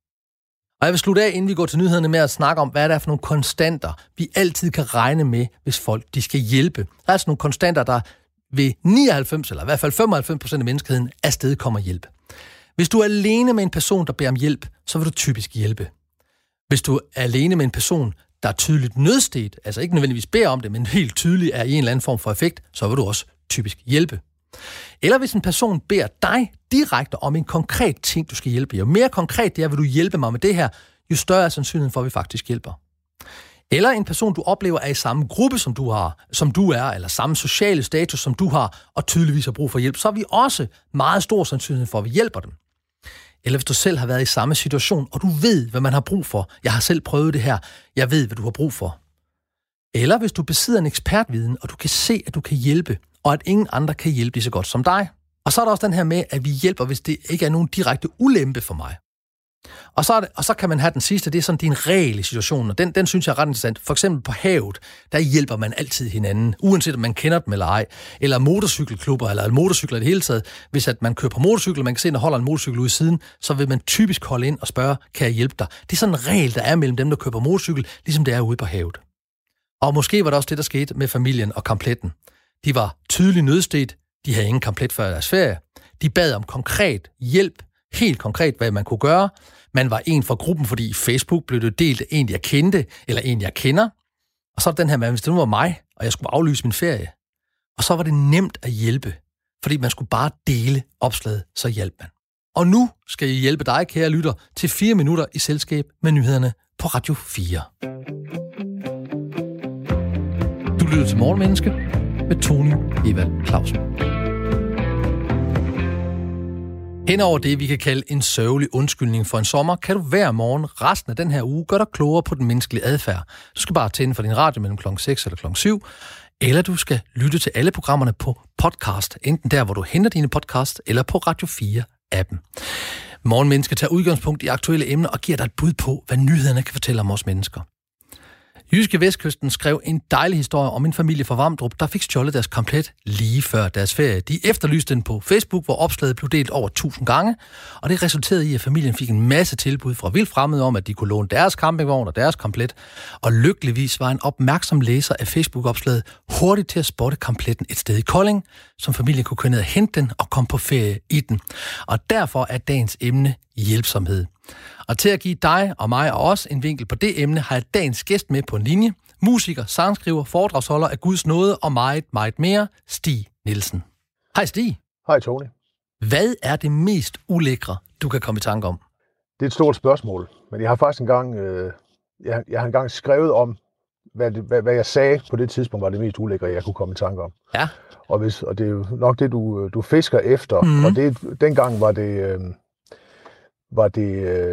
Og jeg vil slutte af, inden vi går til nyhederne, med at snakke om, hvad der er for nogle konstanter, vi altid kan regne med, hvis folk de skal hjælpe. Der er altså nogle konstanter, der ved nioghalvfems eller i hvert fald femoghalvfems procent af menneskeheden afsted kommer hjælp. Hvis du er alene med en person, der beder om hjælp, så vil du typisk hjælpe. Hvis du er alene med en person, der er tydeligt nødstedt, altså ikke nødvendigvis beder om det, men helt tydeligt er i en eller anden form for effekt, så vil du også typisk hjælpe. Eller hvis en person beder dig direkte om en konkret ting, du skal hjælpe. Jo mere konkret det er, vil du hjælpe mig med det her, jo større er sandsynligheden for, at vi faktisk hjælper. Eller en person, du oplever er i samme gruppe, som du har, som du er, eller samme sociale status, som du har, og tydeligvis har brug for hjælp, så er vi også meget stor sandsynlighed for, at vi hjælper dem. Eller hvis du selv har været i samme situation, og du ved, hvad man har brug for. Jeg har selv prøvet det her. Jeg ved, hvad du har brug for. Eller hvis du besidder en ekspertviden, og du kan se, at du kan hjælpe, og at ingen andre kan hjælpe lige så godt som dig. Og så er der også den her med, at vi hjælper, hvis det ikke er nogen direkte ulempe for mig. Og så, er det, og så kan man have den sidste, det er sådan din regel i situationen, og den, den synes jeg er ret interessant. For eksempel på havet, der hjælper man altid hinanden, uanset om man kender dem eller ej. Eller motorcykelklubber, eller motorcykler i det hele taget. Hvis at man kører på motorcykel, og man kan se, at der holder en motorcykel ude i siden, så vil man typisk holde ind og spørge, kan jeg hjælpe dig? Det er sådan en regel, der er mellem dem, der kører på motorcykel, ligesom det er ude på havet. Og måske var det også det, der skete med familien og kampletten. De var tydeligt nødstedt, de havde ingen kamplet før deres ferie. De bad om konkret hjælp helt konkret, hvad man kunne gøre. Man var en fra gruppen, fordi i Facebook blev det delt af en, jeg kendte, eller en, jeg kender. Og så er den her med, hvis det nu var mig, og jeg skulle aflyse min ferie. Og så var det nemt at hjælpe, fordi man skulle bare dele opslaget, så hjalp man. Og nu skal jeg hjælpe dig, kære lytter, til fire minutter i selskab med nyhederne på Radio fire. Du lytter til Morgenmenneske med Tony Evald Clausen. Henover det, vi kan kalde en sørgelig undskyldning for en sommer, kan du hver morgen resten af den her uge gøre dig klogere på den menneskelige adfærd. Du skal bare tænde for din radio mellem klokken seks eller klokken syv, eller du skal lytte til alle programmerne på podcast, enten der, hvor du henter dine podcast, eller på Radio fire-appen. Morgenmenneske tager udgangspunkt i aktuelle emner og giver dig et bud på, hvad nyhederne kan fortælle om os mennesker. Jyske Vestkysten skrev en dejlig historie om en familie fra Vamdrup, der fik stjålet deres komplet lige før deres ferie. De efterlyste den på Facebook, hvor opslaget blev delt over tusind gange, og det resulterede i, at familien fik en masse tilbud fra vildt fremmede om, at de kunne låne deres campingvogn og deres komplet. Og lykkeligvis var en opmærksom læser af Facebook-opslaget hurtigt til at spotte kompletten et sted i Kolding, som familien kunne køre ned og hente den og komme på ferie i den. Og derfor er dagens emne hjælpsomhed. Og til at give dig og mig og os en vinkel på det emne, har jeg dagens gæst med på en linje. Musiker, sangskriver, foredragsholder af Guds nåde og meget, meget mere, Stig Nielsen. Hej Stig. Hej Tony. Hvad er det mest ulækre, du kan komme i tanke om? Det er et stort spørgsmål, men jeg har faktisk engang, øh, jeg, jeg har engang skrevet om, hvad, det, hvad, hvad jeg sagde på det tidspunkt var det mest ulækre, jeg kunne komme i tanke om. Ja. Og, hvis, og det er jo nok det, du, du fisker efter. Mm. Og det, dengang var det... Øh, var det,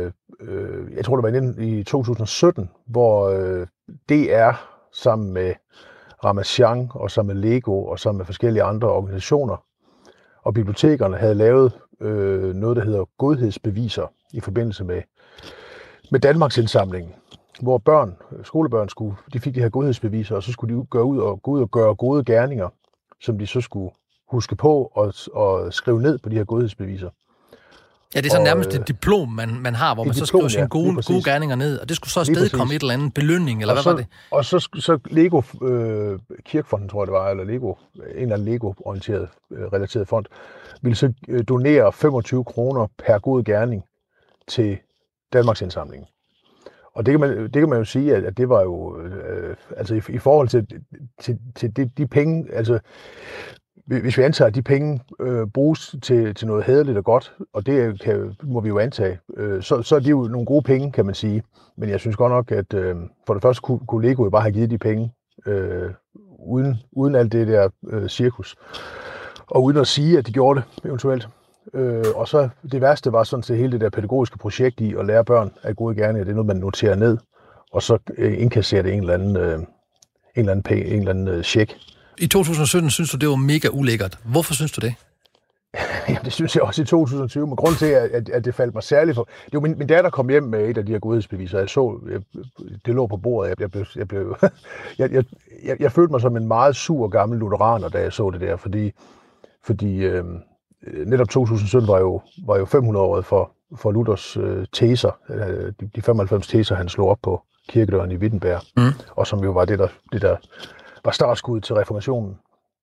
øh, jeg tror det var i to tusind og sytten, hvor øh, D R sammen med Ramasjang og sammen med Lego og sammen med forskellige andre organisationer og bibliotekerne havde lavet øh, noget, der hedder godhedsbeviser i forbindelse med, med Danmarks indsamlingen, hvor børn, skolebørn, skulle, de fik de her godhedsbeviser, og så skulle de gå ud og, gå ud og gøre gode gerninger, som de så skulle huske på og, og skrive ned på de her godhedsbeviser. Ja, det er så nærmest et diplom, man, man har, hvor man så skriver sine gode, gode gerninger ned, og det skulle så afsted komme et eller andet belønning, eller og hvad så, var det? Og så, så Lego øh, Kirkefonden, tror jeg det var, eller Lego, en eller anden Lego-orienteret, øh, relateret fond, ville så øh, donere femogtyve kroner per god gerning til Danmarks indsamling. Og det kan man, det kan man jo sige, at, at det var jo, øh, altså i, i forhold til, til, til de, de penge, altså hvis vi antager, at de penge øh, bruges til, til noget hæderligt og godt, og det kan, må vi jo antage, øh, så, så er det jo nogle gode penge, kan man sige. Men jeg synes godt nok, at øh, for det første kunne, kunne Lego jo bare have givet de penge, øh, uden, uden alt det der øh, cirkus. Og uden at sige, at de gjorde det eventuelt. Øh, og så det værste var sådan set hele det der pædagogiske projekt i at lære børn af gode gerninger. Det er noget, man noterer ned, og så øh, indkasserer det en eller anden, øh, en eller anden, pay, en eller anden øh, check. I to tusind og sytten synes du, det var mega ulækkert. Hvorfor synes du det? Jamen, det synes jeg også i to tusind og tyve, men grund til, at, at det faldt mig særligt for... Det var min, min datter kom hjem med et af de her godhedsbeviser, jeg så, jeg, det lå på bordet, jeg, jeg, blev, jeg, blev, jeg, jeg, jeg, jeg følte mig som en meget sur gammel lutheraner, da jeg så det der, fordi, fordi øh, netop to tusind og sytten var jo, var jo fem hundrede året for, for Luthers øh, teser, øh, de, de femoghalvfems teser, han slog op på kirkedøren i Wittenberg, mm. og som jo var det, der... Det der var startskud til reformationen.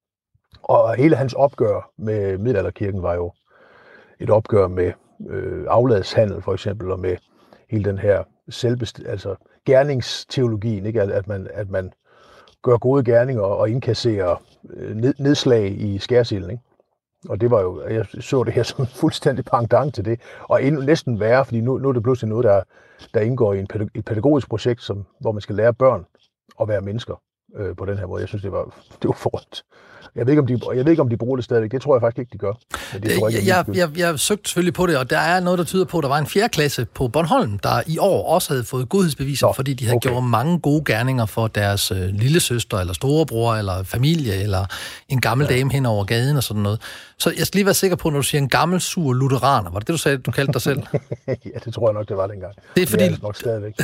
Og hele hans opgør med middelalderkirken var jo et opgør med øh, afladshandel for eksempel, og med hele den her selvbest- altså gerningsteologien, ikke? At, at, man, at man gør gode gerninger og indkasserer øh, ned, nedslag i skærsilden, ikke? Og det var jo, jeg så det her som fuldstændig pendant til det, og endnu næsten værre, fordi nu, nu er det pludselig noget, der, der indgår i en pædag- et pædagogisk projekt, som, hvor man skal lære børn at være mennesker. Øh, på den her måde. Jeg synes, det var, det var forrømt. Jeg ved, ikke, om de, jeg ved ikke, om de bruger det stadigvæk. Det tror jeg faktisk ikke, de gør. Men det tror jeg, ikke, jeg, jeg, jeg søgte selvfølgelig på det, og der er noget, der tyder på, at der var en fjerde klasse på Bornholm, der i år også havde fået godhedsbeviser, Nå, fordi de havde okay. gjort mange gode gerninger for deres øh, lillesøster, eller storebror, eller familie, eller en gammel ja. dame hen over gaden og sådan noget. Så jeg skal lige være sikker på, når du siger en gammel, sur lutheraner. Var det det, du sagde, du kaldte dig selv? Ja, det tror jeg nok, det var dengang. Det er fordi... Det er nok stadigvæk.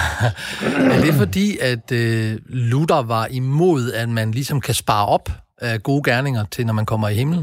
Er det fordi, at øh, Luther var imod, at man ligesom kan spare op af gode gerninger til, når man kommer i himlen?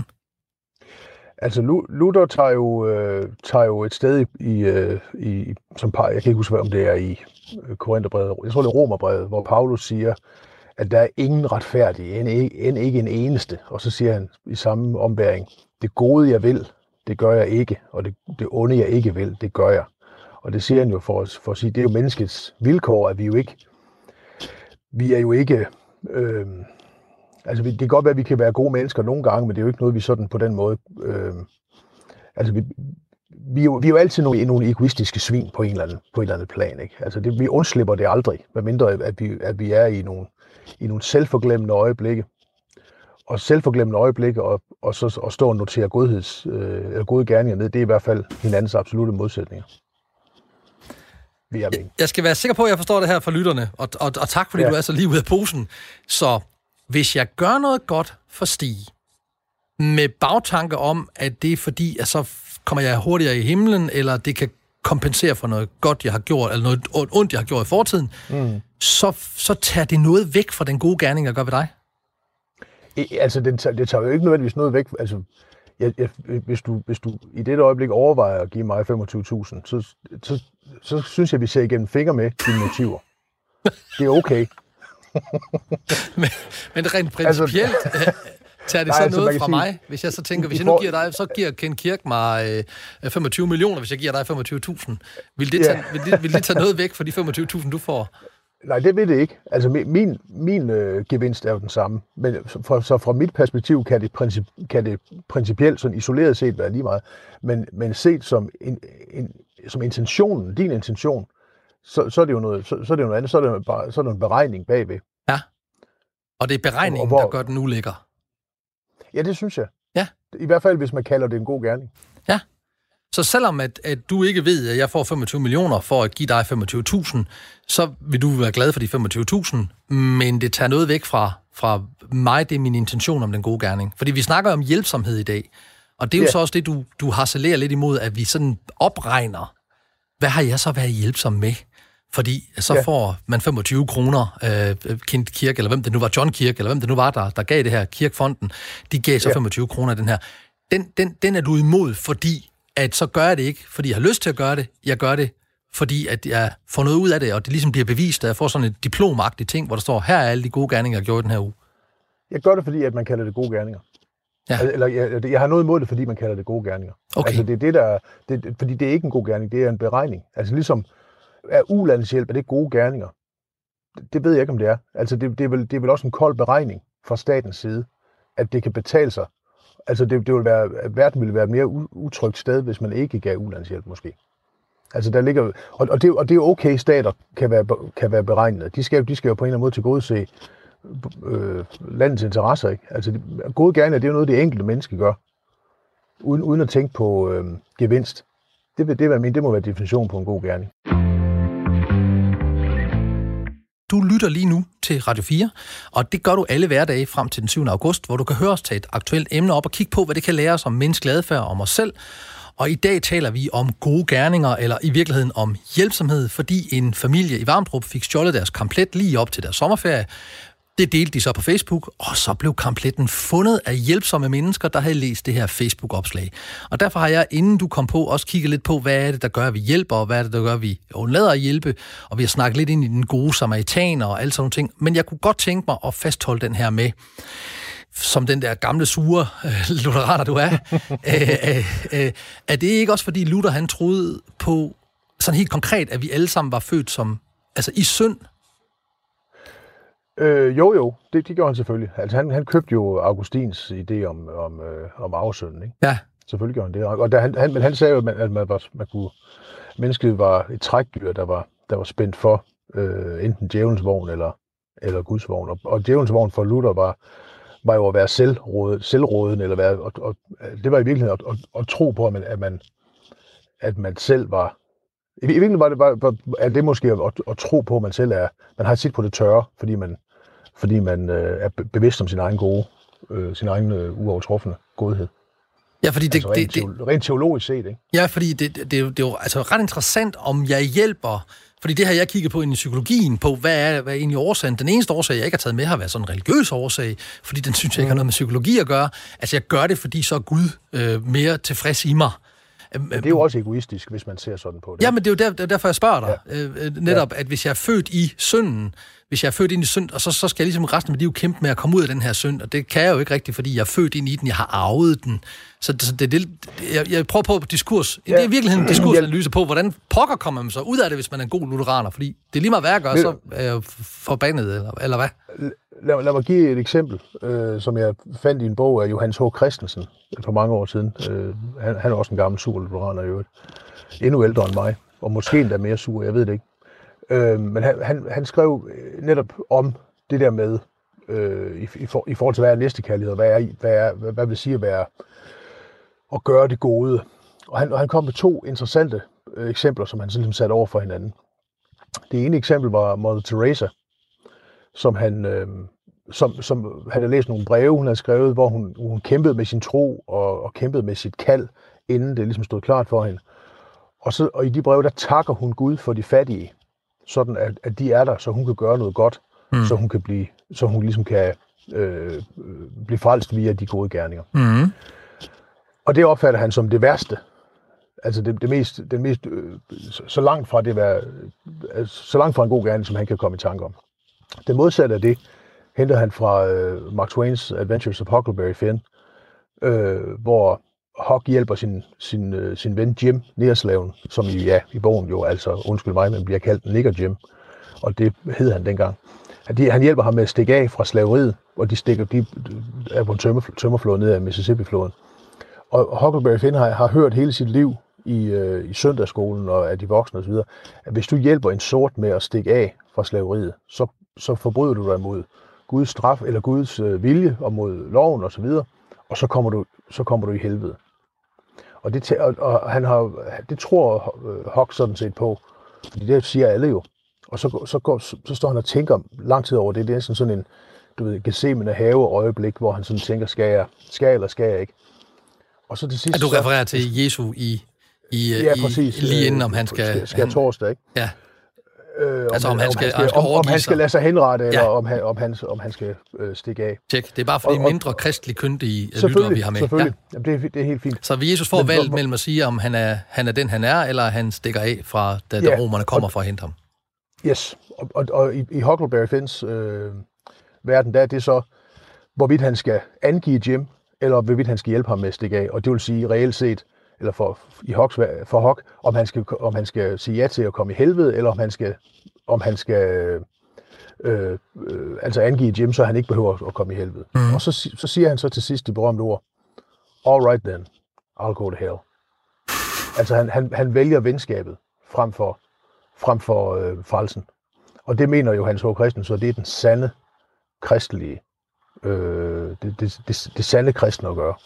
Altså, Luther tager jo, øh, tager jo et sted i, øh, i som par, jeg kan ikke huske, om det er i Korintherbrevet, jeg tror, det er Romerbrevet, hvor Paulus siger, at der er ingen retfærdige, end ikke, end ikke en eneste. Og så siger han i samme ombæring, det gode, jeg vil, det gør jeg ikke, og det, det onde jeg ikke vil, det gør jeg. Og det siger han jo for, for at sige, det er jo menneskets vilkår, at vi jo ikke, vi er jo ikke, øh, altså det kan godt være, at vi kan være gode mennesker nogle gange, men det er jo ikke noget, vi sådan på den måde, øh, altså vi, vi, er jo, vi er jo altid nogle, nogle egoistiske svin på en eller anden, på et eller andet plan, ikke? Altså det, vi undslipper det aldrig, medmindre at vi, at vi er i nogle, i nogle selvforglemmende øjeblikke. Og selvforglemmende øjeblikke, og, og så og stå og notere godheds, øh, eller gode gerninger ned, det er i hvert fald hinandens absolutte modsætninger. Jeg, jeg skal være sikker på, at jeg forstår det her fra lytterne, og, og, og tak, fordi ja. du er så lige ude af posen. Så hvis jeg gør noget godt for Stig, med bagtanke om, at det er fordi, at så kommer jeg hurtigere i himlen, eller det kan kompensere for noget godt, jeg har gjort, eller noget ondt, jeg har gjort i fortiden, mm. så, så tager det noget væk fra den gode gerning, jeg gør ved dig. I, altså, det tager, det tager jo ikke nødvendigvis noget væk. Altså, jeg, jeg, hvis, du, hvis du i dette øjeblik overvejer at give mig femogtyve tusind, så, så, så synes jeg, vi ser igennem fingre med dine motiver. Det er okay. men, men rent principielt altså, tager det nej, så altså, noget fra sige, mig, hvis jeg så tænker, hvis jeg nu giver dig, så giver Ken Kirk mig øh, femogtyve millioner, hvis jeg giver dig femogtyve tusind. Vil det, tage, ja. vil, det, vil det tage noget væk for de femogtyve tusind, du får? Nej, det vil det ikke. Altså, min, min øh, gevinst er jo den samme. Men for, så fra mit perspektiv kan det, princip, kan det principielt, sådan isoleret set, være lige meget. Men, men set som, en, en, som intentionen, din intention, så, så er det jo noget, så, så er det jo noget andet. Så er det, bare, så er det en beregning bagved. Ja. Og det er beregningen, hvor, der gør den ulækker. Ja, det synes jeg. Ja. I hvert fald, hvis man kalder det en god gerning. Ja. Så selvom at, at du ikke ved, at jeg får femogtyve millioner for at give dig femogtyve tusind, så vil du være glad for de femogtyve tusind, men det tager noget væk fra, fra mig, det er min intention om den gode gerning. Fordi vi snakker om hjælpsomhed i dag, og det er jo ja. så også det, du, du harcelerer lidt imod, at vi sådan opregner, hvad har jeg så været hjælpsom med? Fordi så ja. får man femogtyve kroner, øh, Kind Kirk, eller hvem det nu var, John Kirk, eller hvem det nu var, der, der gav det her Kirkfonden, de gav så ja. femogtyve kroner af den her. Den, den, den er du imod, fordi at så gør jeg det ikke, fordi jeg har lyst til at gøre det. Jeg gør det, fordi at jeg får noget ud af det, og det ligesom bliver bevist, at jeg får sådan et diplomagtigt ting, hvor der står, her er alle de gode gerninger, jeg gjorde i den her uge. Jeg gør det, fordi at man kalder det gode gerninger. Ja. Eller jeg, jeg har noget imod det, fordi man kalder det gode gerninger. Okay. Altså det er det, der, det, fordi det er ikke en god gerning, det er en beregning. Altså ligesom, er ulandshjælp, er det gode gerninger? Det, det ved jeg ikke, om det er. Altså det, det, er vel, det er vel også en kold beregning fra statens side, at det kan betale sig. Altså, det, det vil være, verden ville være et mere utrygt sted, hvis man ikke gav ulandshjælp, måske. Altså, der ligger... Og, og, det, og det er okay, stater kan være, kan være beregnet. De skal, de skal jo på en eller anden måde tilgodese øh, landets interesser, ikke? Altså, det, gode gerninger, det er jo noget, det enkelte menneske gør, uden, uden at tænke på øh, gevinst. Det, det, det, det må være definitionen på en god gerning. Du lytter lige nu til Radio fire, og det gør du alle hverdage frem til den syvende august, hvor du kan høre os tage et aktuelt emne op og kigge på, hvad det kan lære os om menneskelig adfærd og om os selv. Og i dag taler vi om gode gerninger, eller i virkeligheden om hjælpsomhed, fordi en familie i Varmdrup fik stjålet deres kamplet lige op til deres sommerferie. Det delte de så på Facebook, og så blev kampletten fundet af hjælpsomme mennesker, der havde læst det her Facebook-opslag. Og derfor har jeg, inden du kom på, også kigget lidt på, hvad er det, der gør, at vi hjælper, og hvad er det, der gør, at vi undlader at hjælpe, og vi har snakket lidt ind i den gode samaritaner og alt sådan nogle ting. Men jeg kunne godt tænke mig at fastholde den her med, som den der gamle, sure øh, lutheraner, du er. Æ, øh, øh, er det ikke også, fordi Luther, han troede på, sådan helt konkret, at vi alle sammen var født som, altså i synd? Øh, jo, jo, det, det gjorde han selvfølgelig. Altså, han, han købte jo Augustins idé om, om, øh, om afsynden, ikke? Ja. Selvfølgelig gjorde han det. Og der, han, han, men han sagde jo, at, man, at man, var, man kunne, mennesket var et trækdyr, der var, der var spændt for øh, enten djævelens vogn eller, eller Guds vogn. Og, og djævelens vogn for Luther var, var jo at være selvråden, selvråden, eller være, og, og, det var i virkeligheden at, at, at tro på, at man, at man, at man selv var... I virkeligheden var det, var, var, at det måske at, at tro på, at man selv er... Man har sit på det tørre, fordi man, fordi man øh, er bevidst om sin egen gode, øh, sin egen øh, uovertruffende godhed. Ja, fordi det, altså rent, det, teolo- rent teologisk set, ikke? Ja, fordi det, det, det, er jo, det er jo altså ret interessant, om jeg hjælper... Fordi det har jeg kigget på i psykologien, på hvad er, hvad er egentlig årsagen. Den eneste årsag, jeg ikke har taget med, har været sådan en religiøs årsag, fordi den synes jeg ikke har noget med psykologi at gøre. Altså, jeg gør det, fordi så er Gud øh, mere tilfreds i mig. Men det er jo også egoistisk, hvis man ser sådan på det. Ja, men det er jo der, derfor, jeg spørger dig. Ja. Øh, netop, ja. At hvis jeg er født i synden, hvis jeg er født ind i synd, og så, så skal jeg ligesom resten af mit liv kæmpe med at komme ud af den her synd, og det kan jeg jo ikke rigtigt, fordi jeg er født ind i den, jeg har arvet den. Så det, det, det jeg, jeg prøver på diskurs. Ja. Det er i virkeligheden en diskursanalyse på, hvordan pokker kommer man så ud af det, hvis man er en god lutheraner, fordi det er lige meget værd at gøre, så er jeg forbandet, eller, eller hvad? Lad, lad mig give et eksempel, øh, som jeg fandt i en bog af Johannes H. Christensen for mange år siden. Øh, han, han er også en gammel sur lutheraner i øvrigt. Endnu ældre end mig, og måske endda mere sur, jeg ved det ikke. Øh, men han, han, han skrev netop om det der med, øh, i, i, for, i forhold til, hvad er næstekærlighed, hvad, er, hvad, er, hvad, hvad vil sige at være at gøre det gode. Og han, og han kom med to interessante øh, eksempler, som han så ligesom satte over for hinanden. Det ene eksempel var Mother Teresa, som han, øh, som, som han havde læst nogle breve, hun havde skrevet, hvor hun, hun kæmpede med sin tro og, og kæmpede med sit kald, inden det ligesom stod klart for hende. Og, så, og i de breve, der takker hun Gud for de fattige, sådan at, at de er der, så hun kan gøre noget godt, mm. så hun kan blive, så hun ligesom kan øh, blive frelst via de gode gerninger. Mm. Og det opfatter han som det værste. Altså det, det mest, den mest, øh, så langt fra det være, altså, så langt fra en god gerning, som han kan komme i tanke om. Det modsatte af det henter han fra øh, Mark Twains Adventures of Huckleberry Finn, øh, hvor Huck hjælper sin, sin, øh, sin ven Jim, Negerslaven, som i, ja, i bogen jo, altså undskyld mig, men bliver kaldt Nigger Jim, og det hed han dengang. De, han hjælper ham med at stikke af fra slaveriet, og de stikker de er på en tømmer, tømmerflod ned ad Mississippi-floden. Og Huckleberry Finn har, har hørt hele sit liv i, øh, i søndagsskolen og af de voksne osv., at hvis du hjælper en sort med at stikke af fra slaveriet, så, så forbryder du dig mod Guds straf eller Guds øh, vilje og mod loven osv., og, og så kommer du så kommer du i helvede. Og det, og, og han har, det tror Huck sådan set på, fordi det siger alle jo. Og så, så, går, så, så står han og tænker lang tid over det. Det er sådan, sådan en, du ved, Gethsemane have øjeblik, hvor han sådan tænker, skal jeg, skal jeg eller skal jeg ikke? Og så til sidst... At du refererer til Jesu i, i, ja, præcis, i lige inden, om han skal... Skal torsdag, ikke? Ja. Øh, altså om han skal, om han skal, om, om han skal lade sig henrette, ja. Eller om han, om han, om han skal øh, stikke af. Tjek. Det er bare fordi og, og, mindre kristelig kyndige lyttere, vi har med. Selvfølgelig, ja. Jamen, det, er, det er helt fint. Så Jesus får valget mellem at sige, om han er, han er den, han er, eller han stikker af, fra da, da ja, romerne kommer og, for at hente ham. Yes, og, og, og i, i Huckleberry Finns øh, verden, der er det så, hvorvidt han skal angive Jim, eller hvorvidt han skal hjælpe ham med at stikke af. Og det vil sige reelt set, eller for, i Hucks, for Huck, om han, skal, om han skal sige ja til at komme i helvede, eller om han skal, om han skal øh, øh, altså angive Jim, så han ikke behøver at komme i helvede. Mm. Og så, så siger han så til sidst de berømte ord, all right then, I'll go to hell. Altså han, han, han vælger venskabet frem for, frem for øh, frelsen. Og det mener Johannes H. Christensen, så det er den sande kristelige, øh, det, det, det, det sande kristne at gøre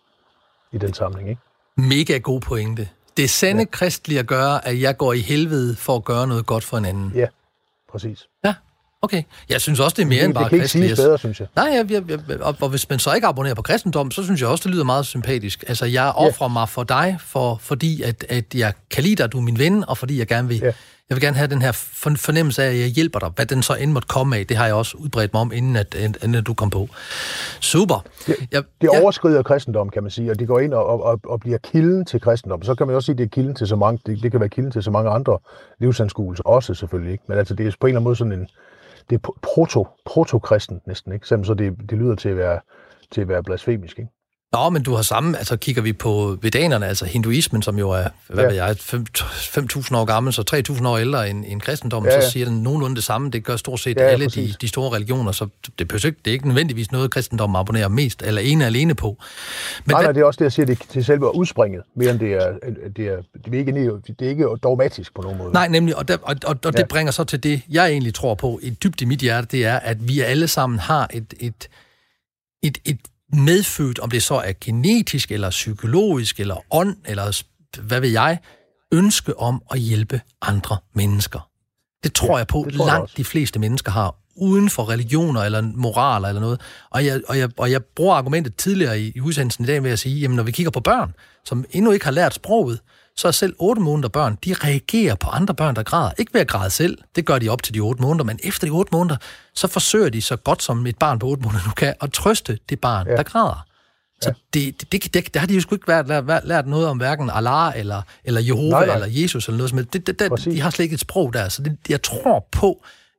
i den sammenhæng, ikke? Mega god pointe. Det sande ja. Kristelige at gøre, at jeg går i helvede for at gøre noget godt for en anden. Ja, præcis. Ja, okay. Jeg synes også, det er mere det, end bare kristeligt. Det kan ikke siges bedre, synes jeg. Nej, jeg, jeg, jeg, og, og hvis man så ikke abonnerer på kristendom, så synes jeg også, det lyder meget sympatisk. Altså, jeg offrer ja. mig for dig, for, fordi at, at jeg kan lide dig, du er min ven, og fordi jeg gerne vil... Ja. Jeg vil gerne have den her fornemmelse af, at jeg hjælper dig. Hvad den så end måtte komme af, det har jeg også udbredt mig om, inden, at, inden at du kom på. Super. Det, jeg, det overskrider ja. kristendom, kan man sige, og det går ind og, og, og bliver kilden til kristendom. Så kan man også sige, at det er kilden til så mange, det, det kan være kilden til så mange andre livsanskuelser, også selvfølgelig ikke. Men altså, det er på en eller anden måde sådan en, det er proto, proto-kristent næsten, ikke? Selvom så det, det lyder til at være, til at være blasfemisk, ikke? Nå, men du har samme, altså kigger vi på vedanerne, altså hinduismen, som jo er, hvad ja. ved jeg, fem tusind år gammel, så tre tusind år ældre end, end kristendommen, ja, ja. Så siger den nogenlunde det samme. Det gør stort set ja, ja, alle de, de store religioner, så det, det er ikke nødvendigvis noget, kristendommen abonnerer mest, eller ene alene på. Men nej, nej, det er også det, jeg siger, det er til selve udspringet, mere end det er, det er, det er, ikke, det er ikke dogmatisk på nogen måde. Nej, nemlig, og, der, og, og, og det ja. bringer så til det, jeg egentlig tror på, et dybt i mit hjerte, det er, at vi alle sammen har et, et, et, et medfødt, om det så er genetisk, eller psykologisk, eller ånd, eller hvad ved jeg, ønske om at hjælpe andre mennesker. Det tror ja, jeg på, tror langt jeg de fleste mennesker har, uden for religioner, eller moraler, eller noget. Og jeg, og jeg, og jeg bruger argumentet tidligere i, i udsendelsen i dag ved at sige, jamen når vi kigger på børn, som endnu ikke har lært sproget, så er selv otte måneder børn, de reagerer på andre børn, der græder. Ikke ved at græde selv, det gør de op til de otte måneder, men efter de otte måneder, så forsøger de så godt som et barn på otte måneder nu kan, at trøste det barn, ja. der græder. Så ja. det, det, det, det, der har de jo sgu ikke lært, lært, lært noget om hverken Allah, eller, eller Jehova, nej, nej. eller Jesus, eller noget som helst. Det, det, det, de har slet ikke et sprog der, så det, jeg tror på,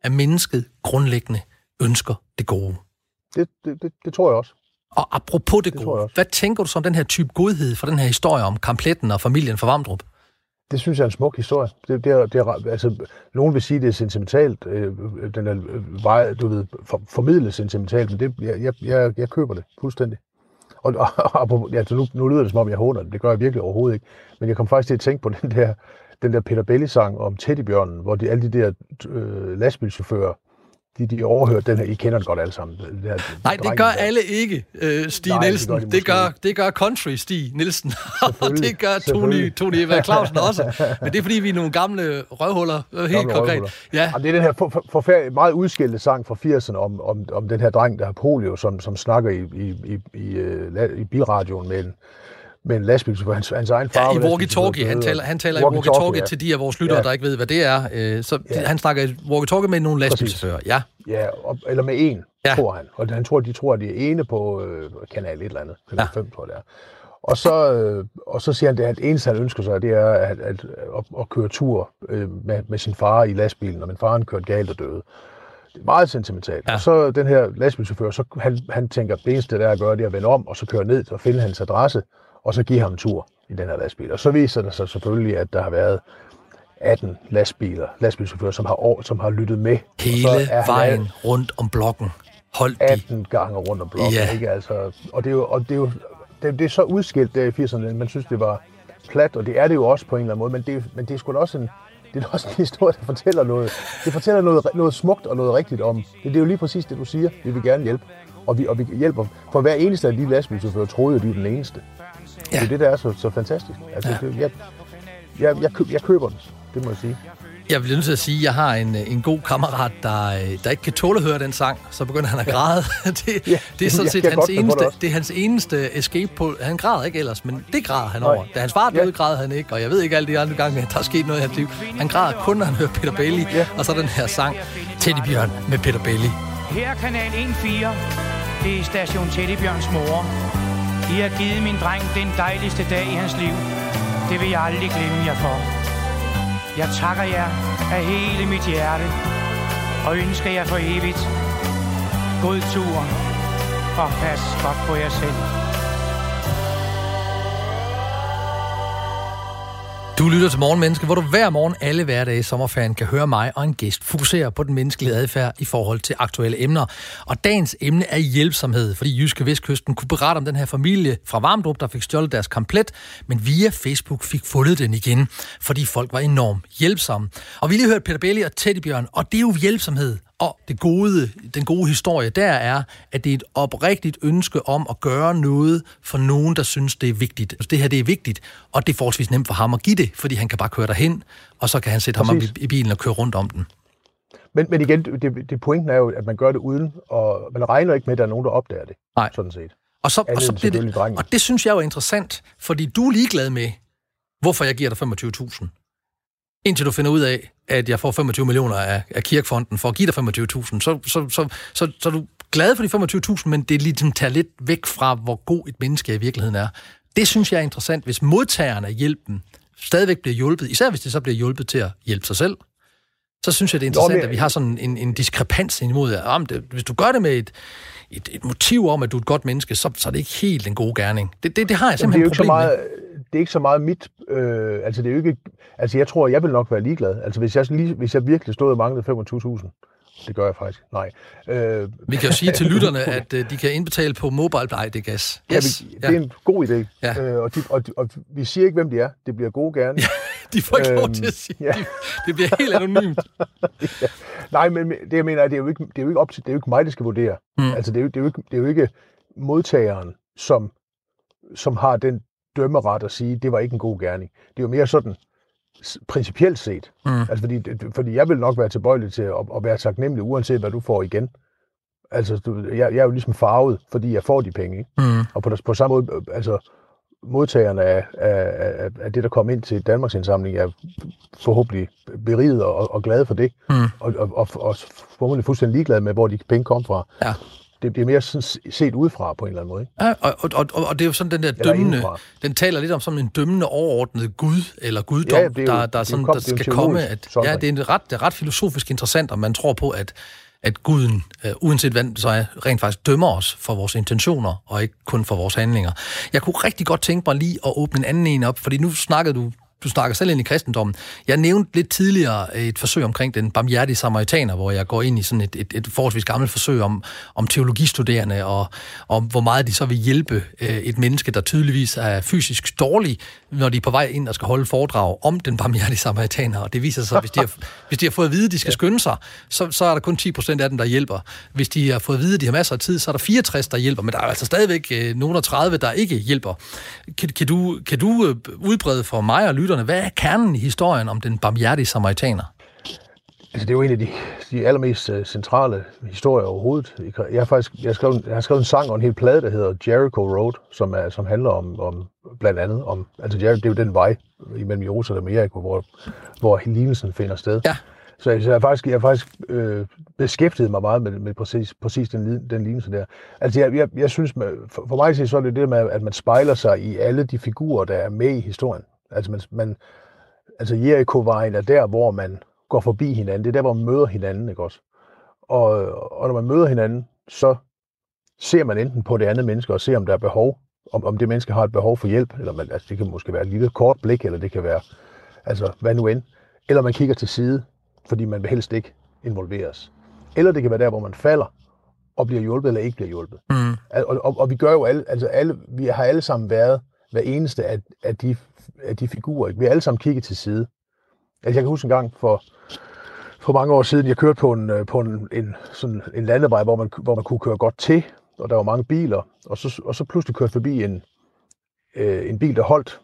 at mennesket grundlæggende ønsker det gode. Det, det, det, det tror jeg også. Og apropos det, det gode, hvad tænker du så om den her type godhed fra den her historie om Kampletten og familien fra Vamdrup? Det synes jeg er en smuk historie. Det, det er, det er, altså, nogen vil sige, det er sentimentalt. Øh, den er vej, du ved, for, formidlet sentimentalt, men det, jeg, jeg, jeg køber det fuldstændig. Og, og, og ja, nu, nu lyder det som om, jeg håner det. Det gør jeg virkelig overhovedet ikke. Men jeg kom faktisk til at tænke på den der, den der Peter Belli-sang om Teddybjørnen, hvor de, alle de der øh, lastbilchauffører, De, de overhørte den her. I kender den godt alle sammen. Det her, Nej, det gør der. alle ikke, uh, Stig Nej, Nielsen. Det gør, de det, gør, det gør Country Stig Nielsen. Og det gør Tony, Tony Eva Clausen også. Men det er, fordi vi er nogle gamle røvhuller, helt gamle konkret. Røvhuller. Ja. Jamen, det er den her for, for, for, meget udskilte sang fra firserne om, om, om den her dreng, der har polio, som, som snakker i, i, i, i, i bilradioen med en med en lastbilchauffør, hans, hans egen far. Ja, i walkie-talkie. Han taler, han taler walkie i walkie-talkie ja. til de af vores lyttere, ja. der ikke ved, hvad det er. Så ja. han snakker i walkie-talkie med nogle lastbilchauffører. Ja, ja og, eller med en, ja. tror han. Og han tror, de tror, at de er ene på øh, kanal et eller andet. Kanal ja. fem, tror jeg det er. Og så, øh, og så siger han, at det eneste, han ønsker sig, det er at, at, at, at køre tur øh, med, med sin far i lastbilen, og min far han kørte galt og døde. Det er meget sentimentalt. Ja. Og så den her lastbilchauffør, så han, han tænker, at det eneste, der er at gøre, det er at vende om, og så køre ned og finde hans adresse, og så give ham en tur i den her lastbil. Og så viser det sig selvfølgelig, at der har været atten lastbiler, lastbilchauffører, som har, som har lyttet med. Hele vejen rundt om blokken. Holdt de. atten gange rundt om blokken. Ja. Ikke? Altså, og det er jo, og det er jo det, det er så udskilt der i firserne, man synes, det var plat, og det er det jo også på en eller anden måde, men det, men det er sgu da også en, det er også en historie, der fortæller noget. Det fortæller noget, noget smukt og noget rigtigt om. Det, det er jo lige præcis det, du siger. Vi vil gerne hjælpe. Og vi, og vi hjælper. For hver eneste af de lastbilchauffører troede, at de er den eneste. Ja. Det er det, der er så, så fantastisk. Altså, ja. det, jeg, jeg, jeg, køb, jeg køber den, det må jeg sige. Jeg vil nødt til at sige, at jeg har en, en god kammerat, der, der ikke kan tåle at høre den sang, så begynder han at græde. det, ja, det er sådan set hans eneste, det er hans eneste escape på. Han græder ikke ellers, men det græder han over. Da hans far døde, ja. græder han ikke, og jeg ved ikke alle de andre gange, at der er sket noget i hans liv. Han græder kun, når han hører Peter Belli, ja. og så den her sang, Teddybjørn med Peter Belli. Her er kanal et fire, det er station Teddybjørns mor. I har givet min dreng den dejligste dag i hans liv. Det vil jeg aldrig glemme jer for. Jeg takker jer af hele mit hjerte og ønsker jer for evigt god tur og pas godt på jer selv. Du lytter til Morgenmenneske, hvor du hver morgen alle hverdage i sommerferien kan høre mig og en gæst fokusere på den menneskelige adfærd i forhold til aktuelle emner. Og dagens emne er hjælpsomhed, fordi Jyske Vestkysten kunne berette om den her familie fra Vamdrup, der fik stjålet deres komplet, men via Facebook fik fundet den igen, fordi folk var enormt hjælpsomme. Og vi lige hørt Peter Belli og Teddybjørn, og det er jo hjælpsomhed. Og det gode, den gode historie der er, at det er et oprigtigt ønske om at gøre noget for nogen, der synes, det er vigtigt. Altså, det her det er vigtigt, og det er forholdsvis nemt for ham at give det, fordi han kan bare køre derhen, og så kan han sætte Præcis. ham op i, i bilen og køre rundt om den. Men, men igen, det, det pointen er jo, at man gør det uden, og man regner ikke med, at der er nogen, der opdager det. Nej. Sådan set. Og, så, og, så bliver det, og det synes jeg jo er interessant, fordi du er ligeglad med, hvorfor jeg giver dig femogtyve tusind. Indtil du finder ud af, at jeg får femogtyve millioner af, af Kirkefonden for at give dig femogtyve tusind, så, så, så, så, så er du glad for de femogtyve tusind, men det er ligesom tager lidt væk fra, hvor god et menneske i virkeligheden er. Det synes jeg er interessant, hvis modtagerne af hjælpen stadigvæk bliver hjulpet, især hvis det så bliver hjulpet til at hjælpe sig selv. Så synes jeg, det er interessant, Nå, men... at vi har sådan en, en diskrepans imod, at om det, hvis du gør det med et, et, et motiv om, at du er et godt menneske, så, så er det ikke helt en god gerning. Det, det, det har jeg simpelthen et problem med. Det er ikke så meget mit, øh, altså det er jo ikke, altså jeg tror, jeg vil nok være ligeglad. Altså hvis jeg, lige, hvis jeg virkelig stod og manglede femogtyve tusind, det gør jeg faktisk, nej. Øh, vi kan jo sige til lytterne, at øh, de kan indbetale på mobile, nej, det er gas. Yes. Ja, vi, det er en god idé, ja. øh, og, de, og, og vi siger ikke, hvem de er, det bliver gode gerne. Ja, de får ikke lov til at sige, ja. de, det bliver helt anonymt. Ja. Nej, men det jeg mener, er, det er jo ikke, det er jo ikke op til, det er jo ikke mig, der skal vurdere. Mm. Altså det er, jo, det, er jo ikke, det er jo ikke modtageren, som, som har den dømmeret at sige, det var ikke en god gerning. Det er jo mere sådan principielt set. Mm. Altså fordi, fordi jeg vil nok være tilbøjelig til at, at være taknemmelig, uanset hvad du får igen. Altså, du, jeg, jeg er jo ligesom farvet, fordi jeg får de penge. Ikke? Mm. Og på, på samme måde, altså modtagerne af, af, af, af det, der kom ind til Danmarks indsamling, er forhåbentlig beriget og, og glade for det. Mm. Og, og, og, og formodentlig fuldstændig ligeglade med, hvor de penge kom fra. Ja. det bliver mere sådan set udefra på en eller anden måde. Ikke? Ja, og, og, og, og det er jo sådan den der dømmende, den taler lidt om sådan en dømmende overordnet Gud, eller guddom, ja, jo, der, der, sådan, kom, der skal komme. At, ja, det er, ret, det er ret filosofisk interessant, og man tror på, at, at Guden, øh, uanset hvad, så er, rent faktisk dømmer os for vores intentioner, og ikke kun for vores handlinger. Jeg kunne rigtig godt tænke mig lige at åbne en anden en op, fordi nu snakkede du Du snakker selv ind i kristendommen. Jeg nævnte lidt tidligere et forsøg omkring den barmhjertige samaritaner, hvor jeg går ind i sådan et, et, et forholdsvis gammelt forsøg om, om teologistuderende, og om hvor meget de så vil hjælpe et menneske, der tydeligvis er fysisk dårlig, når de er på vej ind og skal holde foredrag om den barmhjertige samaritaner. Og det viser sig, at hvis de har, hvis de har fået at vide, at de skal skynde sig, så, så er der kun ti procent af dem, der hjælper. Hvis de har fået at vide, at de har masser af tid, så er der fireogtres, der hjælper. Men der er altså stadigvæk nogen af tredive, der ikke hjælper. Kan, kan, du, kan du udbrede for mig og lytte, hvad er kernen i historien om den barmhjertige samaritaner? Altså, det er jo en af de, de allermest uh, centrale historier overhovedet. Jeg har faktisk jeg har skrevet, jeg har skrevet en sang og en hel plade, der hedder Jericho Road, som, er, som handler om, om blandt andet om... Altså, Jericho, det er jo den vej imellem Jerusalem og Jericho, hvor, hvor lignelsen finder sted. Ja. Så jeg, så jeg har faktisk, jeg har faktisk øh, beskæftiget mig meget med, med præcis, præcis den, den lignelse der. Altså, jeg, jeg, jeg synes, for, for mig så er det det med, at man spejler sig i alle de figurer, der er med i historien. Altså, man, man, altså Jericho-vejen er der, hvor man går forbi hinanden. Det er der, hvor man møder hinanden, ikke også? Og, og når man møder hinanden, så ser man enten på det andet menneske og ser, om der er behov, om, om det menneske har et behov for hjælp, eller man, altså, det kan måske være et lille kort blik, eller det kan være, altså hvad nu end. Eller man kigger til side, fordi man vil helst ikke involveres. Eller det kan være der, hvor man falder og bliver hjulpet, eller ikke bliver hjulpet. Mm. Og, og, og vi gør jo alle, altså alle, vi har alle sammen været hver eneste af, af de af de figurer. Vi har alle sammen kigget til side. Altså, jeg kan huske en gang for, for mange år siden, jeg kørte på en, på en, en, sådan en landevej, hvor man, hvor man kunne køre godt til, og der var mange biler, og så, og så pludselig kørte forbi en, øh, en bil, der holdt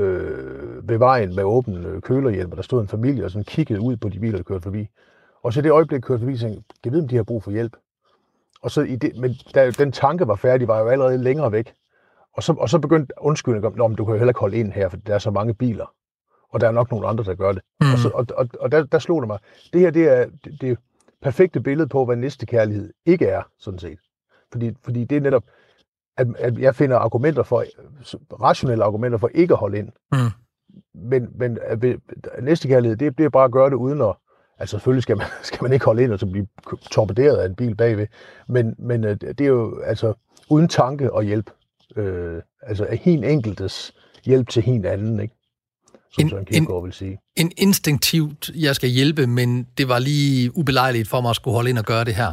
øh, ved vejen med åben øh, kølerhjelm, og der stod en familie, og sådan kiggede ud på de biler, der kørte forbi. Og så i det øjeblik kørte forbi, så jeg tænkte, jeg ved, om de har brug for hjælp. Og så i det, men da den tanke var færdig, var jeg jo allerede længere væk. Og så, og så begyndte undskyldningen om, du kan jo heller ikke holde ind her, for der er så mange biler. Og der er nok nogle andre, der gør det. Mm. Og, så, og, og, og der, der slog det mig. Det her, det er det, det perfekte billede på, hvad næstekærlighed ikke er, sådan set. Fordi, fordi det er netop, at, at jeg finder argumenter for, rationelle argumenter for ikke at holde ind. Mm. Men, men næstekærlighed, det, det er bare at gøre det uden at, altså selvfølgelig skal man, skal man ikke holde ind og så blive torpederet af en bil bagved. Men, men det er jo altså uden tanke og hjælp. Øh, altså af hin enkeltes hjælp til hin anden, ikke? Som Søren Kierkegaard vil sige. En instinktivt, jeg skal hjælpe, men det var lige ubelejligt for mig at skulle holde ind og gøre det her.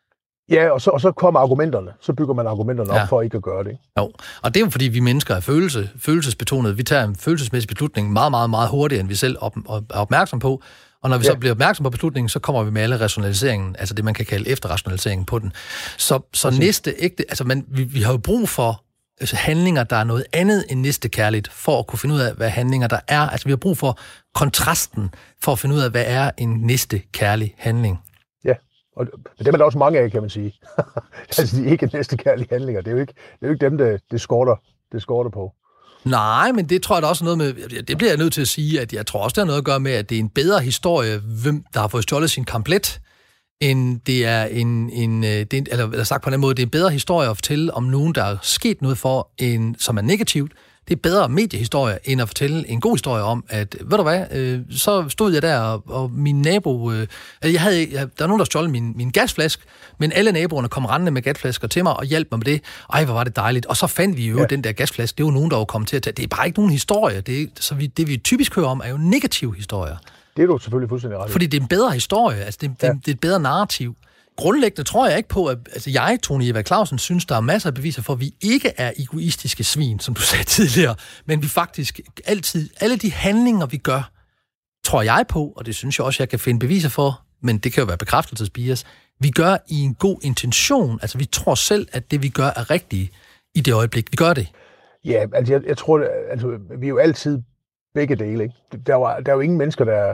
Ja, og så, og så kommer argumenterne. Så bygger man argumenterne ja. op for ikke at gøre det, ikke? Jo, og det er jo fordi, vi mennesker er følelse, følelsesbetonet. Vi tager en følelsesmæssig beslutning meget, meget, meget hurtigere, end vi selv op, op, er opmærksom på. Og når vi ja. så bliver opmærksom på beslutningen, så kommer vi med alle rationaliseringen, altså det, man kan kalde efterrationaliseringen på den. Så, så næste ægte, altså man, vi, vi har jo brug for altså handlinger, der er noget andet end næstekærligt, for at kunne finde ud af, hvad handlinger der er. Altså vi har brug for kontrasten, for at finde ud af, hvad er en næstekærlig handling. Ja, og det er der også mange af, kan man sige. Altså de ikke næstekærlige handlinger, det er jo ikke, det er jo ikke dem, der det skorter, det skorter på. Nej, men det tror jeg da også noget med, det bliver jeg nødt til at sige, at jeg tror også, det har noget at gøre med, at det er en bedre historie, hvem der har fået stjålet sin kamplet, end det er en, en det er, eller, eller sagt på den måde, det er en bedre historie at fortælle om nogen, der er sket noget for, en, som er negativt. Det er bedre mediehistorie, end at fortælle en god historie om, at, ved du hvad, øh, så stod jeg der, og, og min nabo, øh, jeg havde, jeg, der var nogen, der stjålet min, min gasflaske, men alle naboerne kom rendende med gasflasker til mig og hjalp mig med det. Ej, hvor var det dejligt. Og så fandt vi jo ja. den der gasflaske, det var nogen, der var kommet til at tage. Det er bare ikke nogen historie. Det, er, så vi, det vi typisk hører om, er jo negative historier. Det er du selvfølgelig fuldstændig ret i. Fordi det er en bedre historie, altså det, ja. det, det er et bedre narrativ. Grundlæggende tror jeg ikke på, at altså jeg, Tony Eva Clausen, synes, der er masser af beviser for, at vi ikke er egoistiske svin, som du sagde tidligere, men vi faktisk altid, alle de handlinger, vi gør, tror jeg på, og det synes jeg også, jeg kan finde beviser for, men det kan jo være bekræftelsesbias, vi gør i en god intention, altså vi tror selv, at det vi gør er rigtigt i det øjeblik, vi gør det. Ja, altså jeg, jeg tror, altså vi er jo altid begge dele, ikke? Der er jo, der er jo ingen mennesker, der,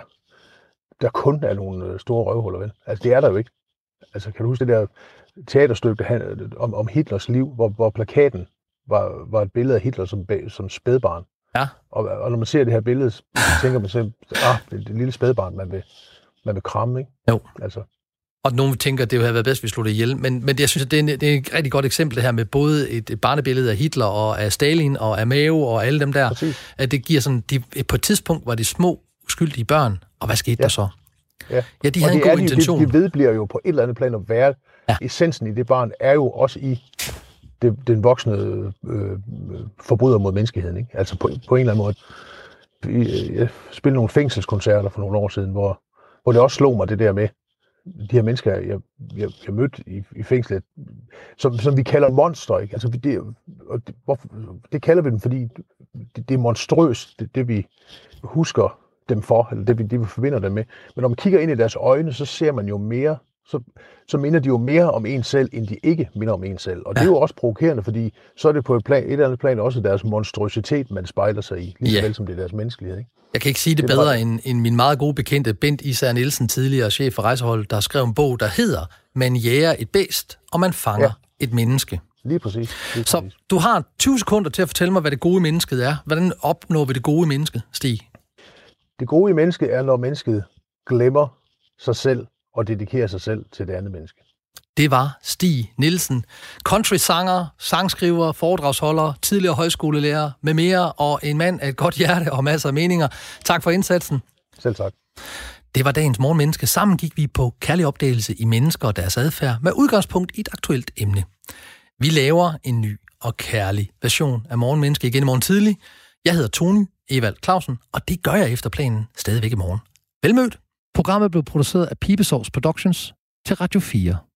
der kun er nogle store røvhuller, vel? Altså det er der jo ikke. Altså, kan du huske det der teaterstykke om, om Hitlers liv, hvor, hvor plakaten var, var et billede af Hitler som, som spædbarn? Ja. Og, og når man ser det her billede, så tænker man selv, ah, det er et lille spædbarn, man vil, man vil kramme, ikke? Jo. Altså. Og nogen tænker, at det ville have været bedst, hvis vi slog det ihjel. Men, men jeg synes, at det er, en, det er et rigtig godt eksempel, det her med både et, et barnebillede af Hitler og af Stalin og af Mao og alle dem der. Præcis. At det giver sådan, de, på et tidspunkt var det små, uskyldige børn. Og hvad skete ja. der så? Ja, ja de havde en god de, intention. De, de vedbliver jo på et eller andet plan at være. Ja. Essensen i det barn er jo også i det, den voksne øh, forbryder mod menneskeheden. Ikke? Altså på, på en eller anden måde. Jeg spillede nogle fængselskoncerter for nogle år siden, hvor, hvor det også slog mig det der med, de her mennesker, jeg, jeg, jeg mødte i, i fængslet, som, som vi kalder monster, ikke? Altså, det, og det, hvorfor, det kalder vi dem, fordi det, det er monstrøst, det, det vi husker dem for, eller det vi, det vi forbinder dem med. Men når man kigger ind i deres øjne, så ser man jo mere, så, så minder de jo mere om en selv, end de ikke minder om en selv. Og ja. det er jo også provokerende, fordi så er det på et, plan, et eller andet plan også deres monstrøsitet, man spejler sig i, lige så vel som det er deres menneskelighed, ikke? Jeg kan ikke sige det, det bedre bare... end, end min meget gode bekendte Bent Især Nielsen, tidligere chef for Rejseholdet, der skrev en bog, der hedder Man jæger et bæst, og man fanger ja. et menneske. Lige præcis. Lige præcis. Så du har tyve sekunder til at fortælle mig, hvad det gode i mennesket er. Hvordan opnår vi det gode i mennesket, Stig? Det gode i mennesket er, når mennesket glemmer sig selv og dedikerer sig selv til det andet menneske. Det var Stig Nielsen, country-sanger, sangskriver, foredragsholder, tidligere højskolelærer med mere, og en mand af et godt hjerte og masser af meninger. Tak for indsatsen. Selv tak. Det var dagens Morgenmenneske. Sammen gik vi på kærlig opdagelse i mennesker og deres adfærd med udgangspunkt i et aktuelt emne. Vi laver en ny og kærlig version af Morgenmenneske igen i morgen tidlig. Jeg hedder Tony Evald Clausen, og det gør jeg efter planen stadigvæk i morgen. Velmødt. Programmet blev produceret af Pibesovs Productions til Radio fire.